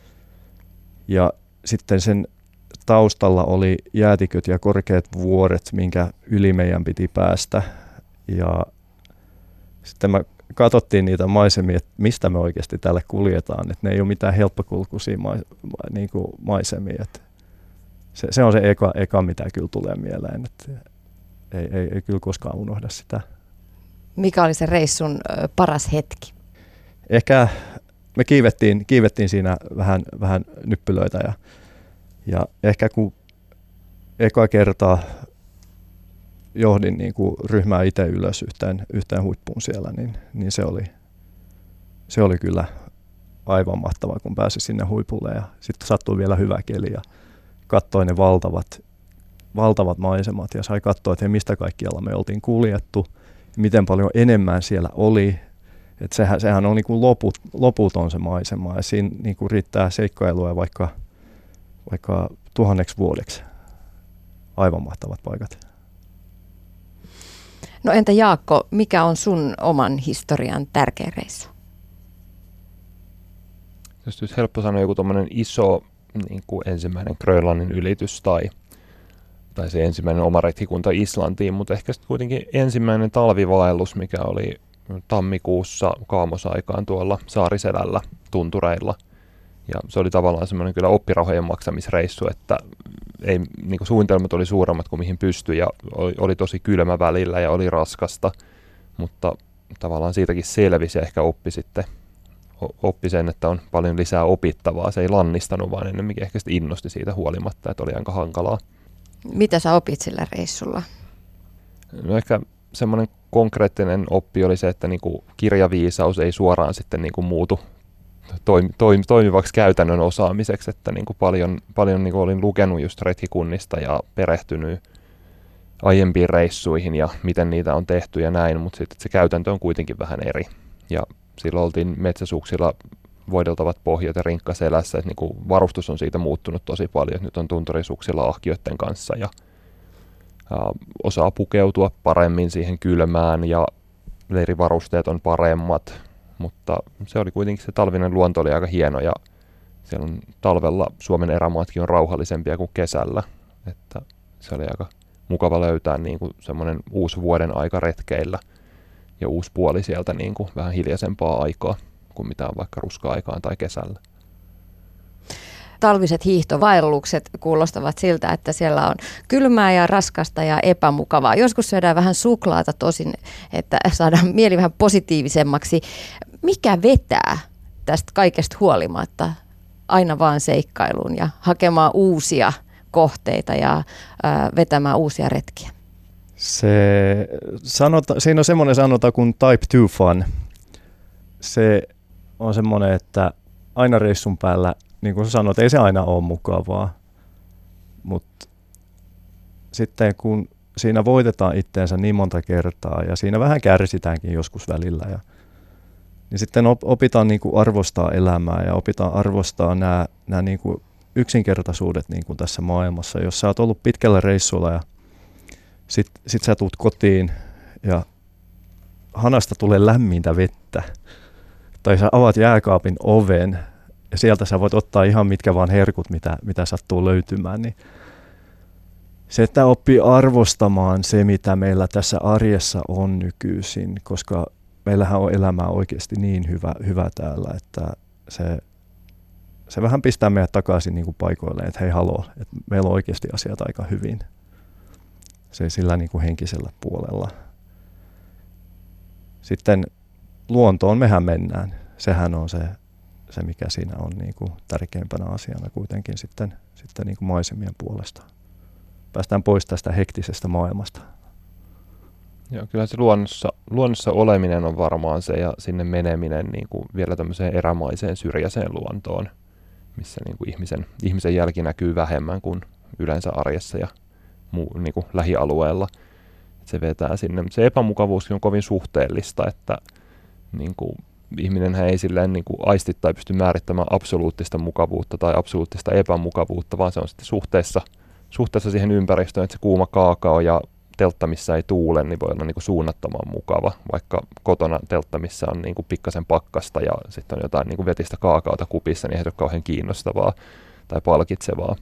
ja sitten sen taustalla oli jäätiköt ja korkeat vuoret, minkä yli meidän piti päästä. Ja sitten me katsottiin niitä maisemia, että mistä me oikeasti täällä kuljetaan. Että ne ei ole mitään helppokulkuisia ma- niin kuin maisemia. Että se, se on se eka, eka, mitä kyllä tulee mieleen. Että ei, ei, ei kyllä koskaan unohda sitä. Mikä oli se reissun paras hetki? Ehkä me kiivettiin, kiivettiin siinä vähän, vähän nyppylöitä ja Ja ehkä kun eka kertaa johdin niin kuin ryhmää itse ylös yhteen, yhteen huippuun siellä, niin, niin se, oli, se oli kyllä aivan mahtavaa, kun pääsi sinne huipulle. Ja sitten sattui vielä hyvä keli ja katsoi ne valtavat, valtavat maisemat ja sai katsoa, että he, mistä kaikkialla me oltiin kuljettu, miten paljon enemmän siellä oli. Että sehän, sehän on niin kuin loput, loputon se maisema ja siinä niin kuin riittää seikkailua vaikka vaikka tuhanneksi vuodeksi. Aivan mahtavat paikat. No entä Jaakko, mikä on sun oman historian tärkeä reissu? Jos olisi helppo sanoa joku tommoinen iso niin kuin ensimmäinen Grönlannin ylitys tai, tai se ensimmäinen oma retkikunta Islantiin, mutta ehkä sitten kuitenkin ensimmäinen talvivaellus, mikä oli tammikuussa kaamosaikaan tuolla Saariselällä tuntureilla. Ja se oli tavallaan semmoinen kyllä oppirahojen maksamisreissu, että ei, niin kuin suunnitelmat oli suuremmat kuin mihin pystyi ja oli, oli tosi kylmä välillä ja oli raskasta, mutta tavallaan siitäkin selvisi ja ehkä oppi sitten oppi sen, että on paljon lisää opittavaa. Se ei lannistanut, vaan ennemminkin ehkä sitten innosti siitä huolimatta, että oli aika hankalaa. Mitä sä opit sillä reissulla? No ehkä semmoinen konkreettinen oppi oli se, että niinku kirjaviisaus ei suoraan sitten niinku muutu toimi, toimi, toimivaksi käytännön osaamiseksi, että niinku paljon, paljon niinku olin lukenut just retkikunnista ja perehtynyt aiempiin reissuihin ja miten niitä on tehty ja näin, mutta sitten se käytäntö on kuitenkin vähän eri. Ja silloin oltiin metsäsuksilla voideltavat pohjat ja rinkka selässä, että niinku varustus on siitä muuttunut tosi paljon, että nyt on tunturisuksilla ahkioiden kanssa ja, ja osaa pukeutua paremmin siihen kylmään ja leirivarusteet on paremmat, mutta se oli kuitenkin, se talvinen luonto oli aika hieno ja siellä on talvella Suomen erämaatkin on rauhallisempia kuin kesällä, että se oli aika mukava löytää niin kuin semmoinen uusi vuoden aika retkeillä ja uusi puoli sieltä niin kuin vähän hiljaisempaa aikaa kuin mitä on vaikka ruska-aikaan tai kesällä. Talviset hiihtovaellukset kuulostavat siltä, että siellä on kylmää ja raskasta ja epämukavaa. Joskus syödään vähän suklaata tosin, että saadaan mieli vähän positiivisemmaksi. Mikä vetää tästä kaikesta huolimatta aina vaan seikkailuun ja hakemaan uusia kohteita ja ää, vetämään uusia retkiä? Se sanota, siinä on semmoinen sanota kuin type two fun. Se on semmoinen, että aina reissun päällä, niin kuin sanoit, ei se aina ole mukavaa, mutta sitten kun siinä voitetaan itteensä niin monta kertaa ja siinä vähän kärsitäänkin joskus välillä, ja, niin sitten opitaan niin kuin arvostaa elämää ja opitaan arvostaa nämä, nämä niin kuin yksinkertaisuudet niin kuin tässä maailmassa. Jos sä oot ollut pitkällä reissulla ja sit, sit sä tuut kotiin ja hanasta tulee lämmintä vettä, tai sä avaat jääkaapin oven ja sieltä sä voit ottaa ihan mitkä vaan herkut, mitä, mitä sattuu löytymään, niin se, että oppii arvostamaan se, mitä meillä tässä arjessa on nykyisin, koska meillähän on elämää oikeasti niin hyvä, hyvä täällä, että se, se vähän pistää meidät takaisin niin kuin paikoilleen, että hei haloo, että meillä on oikeasti asiat aika hyvin. Se sillä niin kuin henkisellä puolella. Sitten luontoon mehän mennään. Sehän on se, se mikä siinä on niin kuin tärkeimpänä asiana kuitenkin sitten, sitten niin kuin maisemien puolesta. Päästään pois tästä hektisestä maailmasta. Joo, kyllä se luonnossa, luonnossa oleminen on varmaan se ja sinne meneminen niin kuin vielä tämmöiseen erämaiseen syrjäiseen luontoon, missä niin kuin ihmisen, ihmisen jälki näkyy vähemmän kuin yleensä arjessa ja muu, niin kuin lähialueella. Se vetää sinne. Se epämukavuus on kovin suhteellista, että niin kuin ihminenhän ei silleen niin kuin aisti tai pysty määrittämään absoluuttista mukavuutta tai absoluuttista epämukavuutta, vaan se on sitten suhteessa, suhteessa siihen ympäristöön, että se kuuma kaakao ja teltta, missä ei tuule, niin voi olla niin kuin suunnattoman mukava, vaikka kotona teltta, missä on niin kuin pikkasen pakkasta ja sitten on jotain niin kuin vetistä kaakaota kupissa, niin ei ole kauhean kiinnostavaa tai palkitsevaa.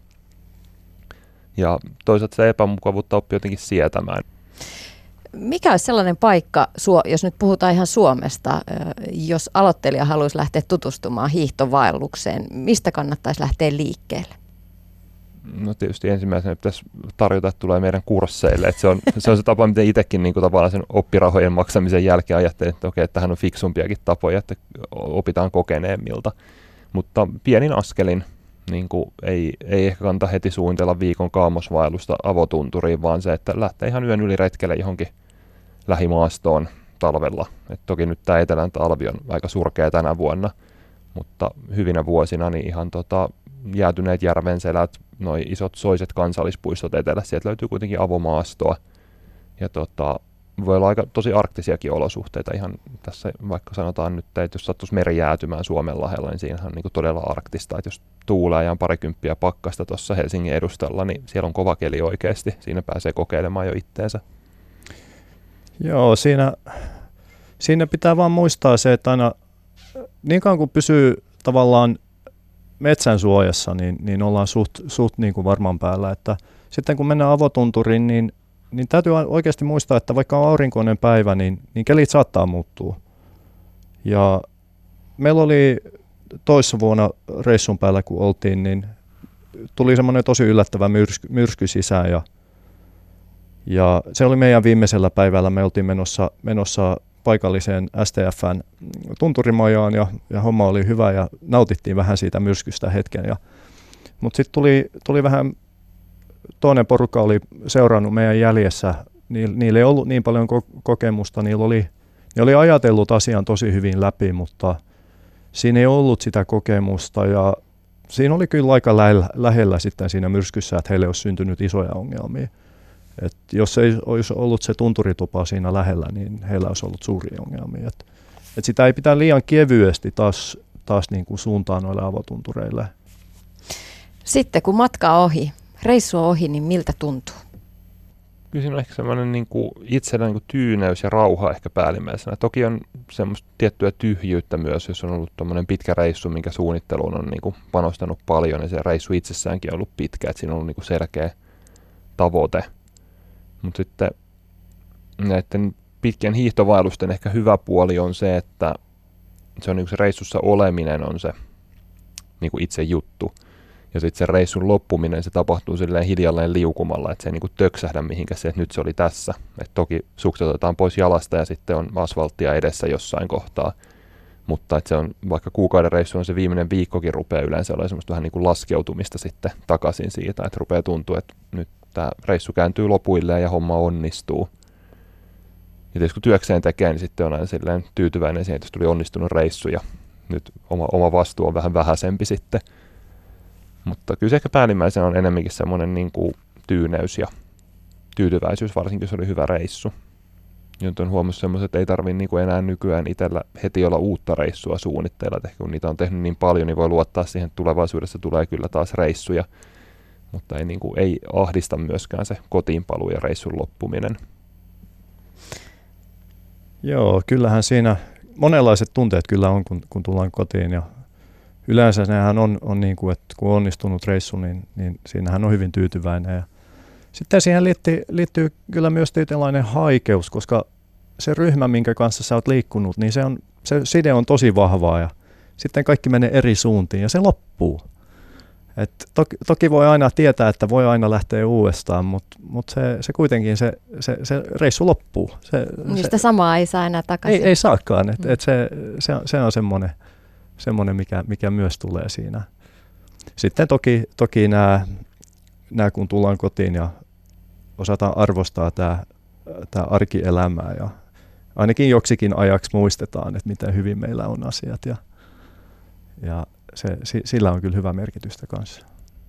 Ja toisaalta se epämukavuutta oppii jotenkin sietämään. Mikä olisi sellainen paikka, jos nyt puhutaan ihan Suomesta, jos aloittelija haluaisi lähteä tutustumaan hiihtovaellukseen, mistä kannattaisi lähteä liikkeelle? No tietysti ensimmäisenä pitäisi tarjota, että tulee meidän kursseille. Että se, on, se on se tapa, miten itsekin niin kuin tavallaan sen oppirahojen maksamisen jälkeen ajattelin, että okei, että tähän on fiksumpiakin tapoja, että opitaan kokeneemmilta. Mutta pienin askelin niin kuin ei, ei ehkä kannata heti suunnitella viikon kaamosvaellusta avotunturiin, vaan se, että lähtee ihan yön yli retkelle johonkin lähimaastoon talvella. Et toki nyt tämä etelän talvi on aika surkea tänä vuonna, mutta hyvinä vuosina niin ihan tota, jäätyneet järvenselät, noi isot soiset kansallispuistot etelässä, sieltä löytyy kuitenkin avomaastoa. Ja tota, voi olla aika tosi arktisiakin olosuhteita ihan tässä, vaikka sanotaan nyt, että jos sattuisi meri jäätymään Suomenlahdella, niin siinähän on niin kuin todella arktista, että jos tuulee ja on parikymppiä pakkasta tuossa Helsingin edustalla, niin siellä on kova keli oikeasti, siinä pääsee kokeilemaan jo itteensä. Joo, siinä, siinä pitää vaan muistaa se, että aina niin kauan kuin pysyy tavallaan metsän suojassa, niin, niin ollaan suht, suht niin kuin varman päällä, että sitten kun mennään avotunturiin, niin niin täytyy oikeasti muistaa, että vaikka on aurinkoinen päivä, niin, niin kelit saattaa muuttua. Ja meillä oli toissa vuonna reissun päällä kun oltiin, niin tuli semmoinen tosi yllättävä myrsky, myrsky sisään ja, ja se oli meidän viimeisellä päivällä. Me oltiin menossa, menossa paikalliseen S T F:n tunturimajaan ja, ja homma oli hyvä ja nautittiin vähän siitä myrskystä hetken. Ja, mutta sitten tuli, tuli vähän, toinen porukka oli seurannut meidän jäljessä. Niillä, niillä ei ollut niin paljon ko- kokemusta, niillä oli, ne oli ajatellut asian tosi hyvin läpi, mutta siinä ei ollut sitä kokemusta ja siinä oli kyllä aika lähellä, lähellä sitten siinä myrskyssä, että heille olisi syntynyt isoja ongelmia. Et jos ei olisi ollut se tunturitupa siinä lähellä, niin heillä olisi ollut suuria ongelmia. Et, et sitä ei pitää liian kevyesti taas, taas niin kuin suuntaan noille avotuntureille. Sitten kun matka on ohi, reissu on ohi, niin miltä tuntuu? Kyllä siinä on ehkä semmoinen niin kuin itsellä niin kuin tyyneys ja rauha ehkä päällimmäisenä. Toki on semmoista tiettyä tyhjyyttä myös, jos on ollut tuommoinen pitkä reissu, minkä suunnitteluun on niin kuin panostanut paljon, ja se reissu itsessäänkin on ollut pitkä, että siinä on ollut niin kuin selkeä tavoite. Mutta sitten näiden pitkien hiihtovaellusten ehkä hyvä puoli on se, että se on niin kuin se reissussa oleminen on se niin kuin itse juttu. Ja sitten se reissun loppuminen, se tapahtuu silleen hiljalleen liukumalla, että se ei niinku töksähdä mihinkään se, että nyt se oli tässä. Et toki sukset otetaan pois jalasta ja sitten on asfalttia edessä jossain kohtaa. Mutta että se on, vaikka kuukauden reissu on se viimeinen viikkokin rupeaa yleensä olla semmoista vähän niin kuin laskeutumista sitten takaisin siitä, että rupeaa tuntua, että nyt tämä reissu kääntyy lopuilleen ja homma onnistuu. Ja tietysti kun työkseen tekee, niin sitten on aina silleen tyytyväinen siihen, että jos tuli onnistunut reissu ja nyt oma, oma vastuu on vähän vähäisempi sitten. Mutta kyllä se ehkä päällimmäisenä on enemmänkin semmoinen niin kuin tyyneys ja tyytyväisyys, varsinkin jos oli hyvä reissu. Nyt on huomannut semmoiset, että ei tarvitse niin kuin enää nykyään itsellä heti olla uutta reissua suunnitteilla. Et ehkä kun niitä on tehnyt niin paljon, niin voi luottaa siihen, että tulevaisuudessa tulee kyllä taas reissuja. Mutta ei, niin kuin, ei ahdista myöskään se kotiinpaluu ja reissun loppuminen. Joo, kyllähän siinä monenlaiset tunteet kyllä on, kun, kun tullaan kotiin ja yleensä nehän on, on niin kuin, että kun on onnistunut reissu, niin, niin siinähän on hyvin tyytyväinen. Ja sitten siihen liittyy, liittyy kyllä myös tietynlainen haikeus, koska se ryhmä, minkä kanssa sä oot liikkunut, niin se, on, se side on tosi vahvaa ja sitten kaikki menee eri suuntiin ja se loppuu. Et toki, toki voi aina tietää, että voi aina lähteä uudestaan, mutta mut se, se kuitenkin se, se, se reissu loppuu. Se, Niin sitä se, samaa ei saa enää takaisin. ei, ei saakaan, et, et se, se, se on semmoinen. Semmoinen, mikä, mikä myös tulee siinä. Sitten toki, toki nämä, nämä, kun tullaan kotiin ja osataan arvostaa tämä, tämä arkielämää ja ainakin joksikin ajaksi muistetaan, että miten hyvin meillä on asiat ja, ja se, sillä on kyllä hyvä merkitystä kanssa.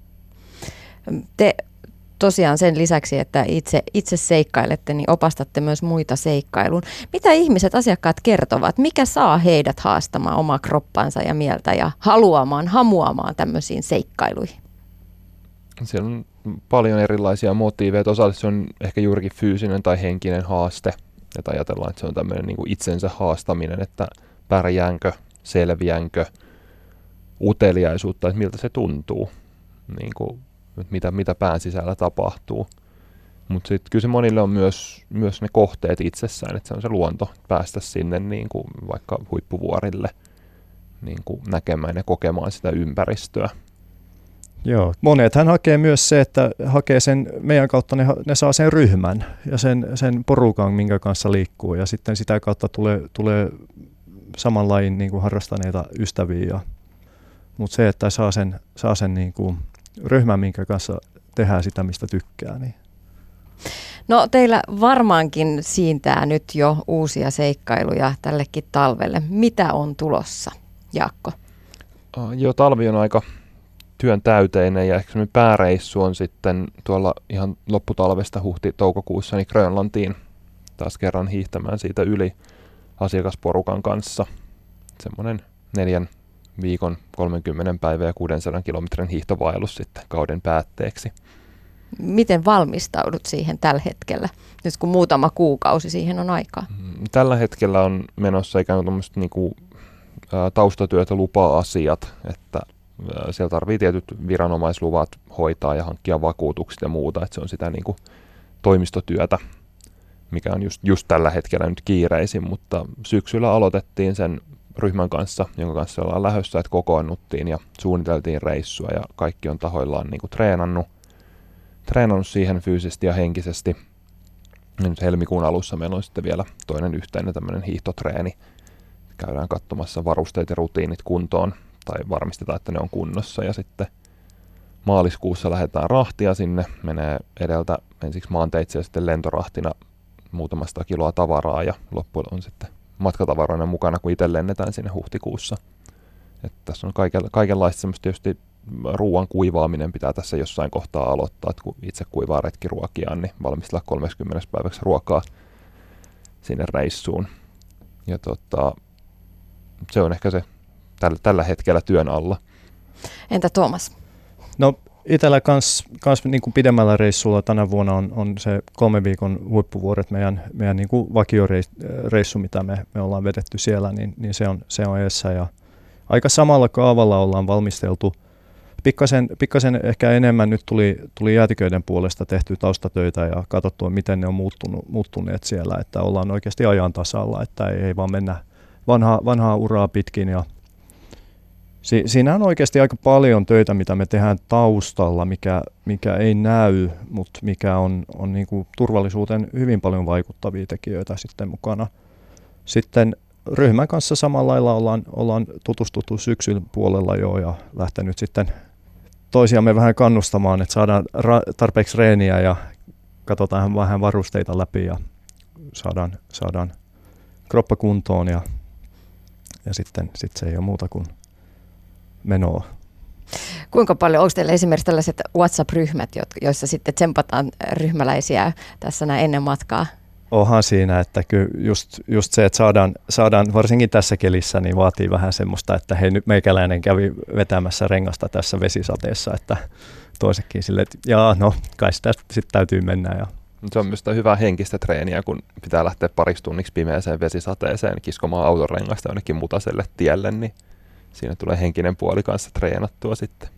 Te tosiaan sen lisäksi, että itse, itse seikkailette, niin opastatte myös muita seikkailuun. Mitä ihmiset, asiakkaat kertovat? Mikä saa heidät haastamaan omaa kroppansa ja mieltä ja haluamaan, hamuamaan tämmöisiin seikkailuihin? Siellä on paljon erilaisia motiiveja. Osalle se on ehkä juurikin fyysinen tai henkinen haaste. Että ajatellaan, että se on tämmöinen niin kuin itsensä haastaminen, että pärjäänkö, selviänkö, uteliaisuutta, että miltä se tuntuu. Niin kuin Mitä, mitä pään sisällä tapahtuu. Mutta sitten kyllä se monille on myös, myös ne kohteet itsessään, että se on se luonto, päästä sinne niin kuin vaikka huippuvuorille niin kuin näkemään ja kokemaan sitä ympäristöä. Joo, monethan hakee myös se, että hakee sen, meidän kautta ne, ne saa sen ryhmän ja sen, sen porukan, minkä kanssa liikkuu ja sitten sitä kautta tulee, tulee saman lajin niin kuin harrastaneita ystäviä. Mutta se, että saa sen, saa sen niin kuin ryhmä, minkä kanssa tehdään sitä, mistä tykkää. Niin. No teillä varmaankin siintää nyt jo uusia seikkailuja tällekin talvelle. Mitä on tulossa, Jaakko? Joo, talvi on aika työn täyteinen ja ehkä semmoinen pääreissu on sitten tuolla ihan lopputalvesta huhti-toukokuussa niin Grönlantiin taas kerran hiihtämään siitä yli asiakasporukan kanssa. Semmoinen neljän viikon kolmekymmentä päivää ja kuusisataa kilometrin hiihtovaellus sitten kauden päätteeksi. Miten valmistaudut siihen tällä hetkellä, nyt kun muutama kuukausi siihen on aikaa? Tällä hetkellä on menossa ikään kuin niinku, ä, taustatyötä, lupa-asiat, että ä, siellä tarvii tietyt viranomaisluvat hoitaa ja hankkia vakuutukset ja muuta, että se on sitä niinku, toimistotyötä, mikä on just, just tällä hetkellä nyt kiireisin, mutta syksyllä aloitettiin sen ryhmän kanssa, jonka kanssa ollaan lähdössä, että kokoonnuttiin ja suunniteltiin reissua ja kaikki on tahoillaan niin kuin treenannut, treenannut siihen fyysisesti ja henkisesti. Ja nyt helmikuun alussa meillä on sitten vielä toinen yhteinen tämmöinen hiihtotreeni. Käydään katsomassa varusteet ja rutiinit kuntoon tai varmistetaan, että ne on kunnossa ja sitten maaliskuussa lähdetään rahtia sinne, menee edeltä ensiksi maanteitse ja sitten lentorahtina muutamasta kiloa tavaraa ja loppu on sitten matkatavaroina mukana, kun itse lennetään sinne huhtikuussa. Että tässä on kaiken, kaikenlaista semmoista tietysti ruoan kuivaaminen pitää tässä jossain kohtaa aloittaa, että kun itse kuivaa retkiruokiaan, niin valmistella kolmekymmentä päiväksi ruokaa sinne reissuun. Ja tota, se on ehkä se tällä, tällä hetkellä työn alla. Entä Tuomas? No itsellä kans, kans niin kuin pidemmällä reissulla tänä vuonna on, on se kolme viikon huippuvuoret, meidän, meidän niin kuin vakioreissu, mitä me, me ollaan vedetty siellä, niin, niin se on, se on edessä. Ja aika samalla kaavalla ollaan valmisteltu. Pikkasen, pikkasen ehkä enemmän nyt tuli, tuli jäätiköiden puolesta tehty taustatöitä ja katsottua, miten ne on muuttunut, muuttuneet siellä, että ollaan oikeasti ajan tasalla, että ei, ei vaan mennä vanhaa, vanhaa uraa pitkin. Ja si, siinä on oikeasti aika paljon töitä, mitä me tehdään taustalla, mikä, mikä ei näy, mutta mikä on, on niin kuin turvallisuuteen hyvin paljon vaikuttavia tekijöitä sitten mukana. Sitten ryhmän kanssa samalla lailla ollaan, ollaan tutustuttu syksyn puolella jo ja lähtenyt sitten toisiamme vähän kannustamaan, että saadaan ra- tarpeeksi reeniä ja katsotaan vähän varusteita läpi ja saadaan, saadaan kroppa kuntoon ja, ja sitten sit se ei ole muuta kuin menoa. Kuinka paljon, onko teillä esimerkiksi tällaiset WhatsApp-ryhmät, joissa sitten tsempataan ryhmäläisiä tässä näin ennen matkaa? Onhan siinä, että kyllä just, just se, että saadaan, saadaan varsinkin tässä kelissä, niin vaatii vähän semmoista, että hei nyt meikäläinen kävi vetämässä rengasta tässä vesisateessa, että toisekin silleen, että jaa, no kai sitä sitten täytyy mennä. Ja. Se on myös hyvää henkistä treeniä, kun pitää lähteä pariksi tunniksi pimeäseen vesisateeseen kiskomaan autonrengasta jonnekin mutaselle tielle, niin siinä tulee henkinen puoli kanssa treenattua sitten.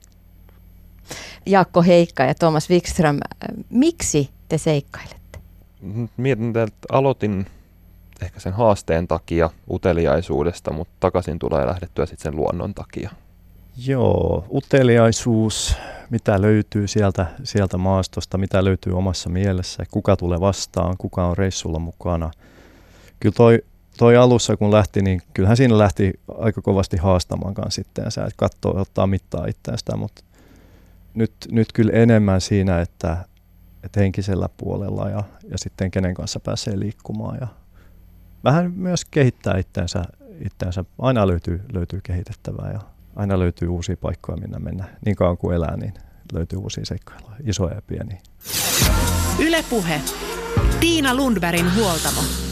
Jaakko Heikka ja Tuomas Wikström, miksi te seikkailette? Mietin, että aloitin ehkä sen haasteen takia uteliaisuudesta, mutta takaisin tulee lähdettyä sitten sen luonnon takia. Joo, uteliaisuus, mitä löytyy sieltä, sieltä maastosta, mitä löytyy omassa mielessä, kuka tulee vastaan, kuka on reissulla mukana. Kyllä toi, toi alussa kun lähti, niin kyllähän siinä lähti aika kovasti haastamaan kanssa itseänsä, että katsoo, ottaa mittaa itseänsä, mutta nyt, nyt kyllä enemmän siinä, että että henkisellä puolella ja, ja sitten kenen kanssa pääsee liikkumaan ja vähän myös kehittää itseänsä. itseänsä. Aina löytyy, löytyy kehitettävää ja aina löytyy uusia paikkoja, minne mennä. Niin kauan kuin elää, niin löytyy uusia seikkailuja, isoja ja pieniä. Yle Puhe. Tiina Lundbergin huoltamo.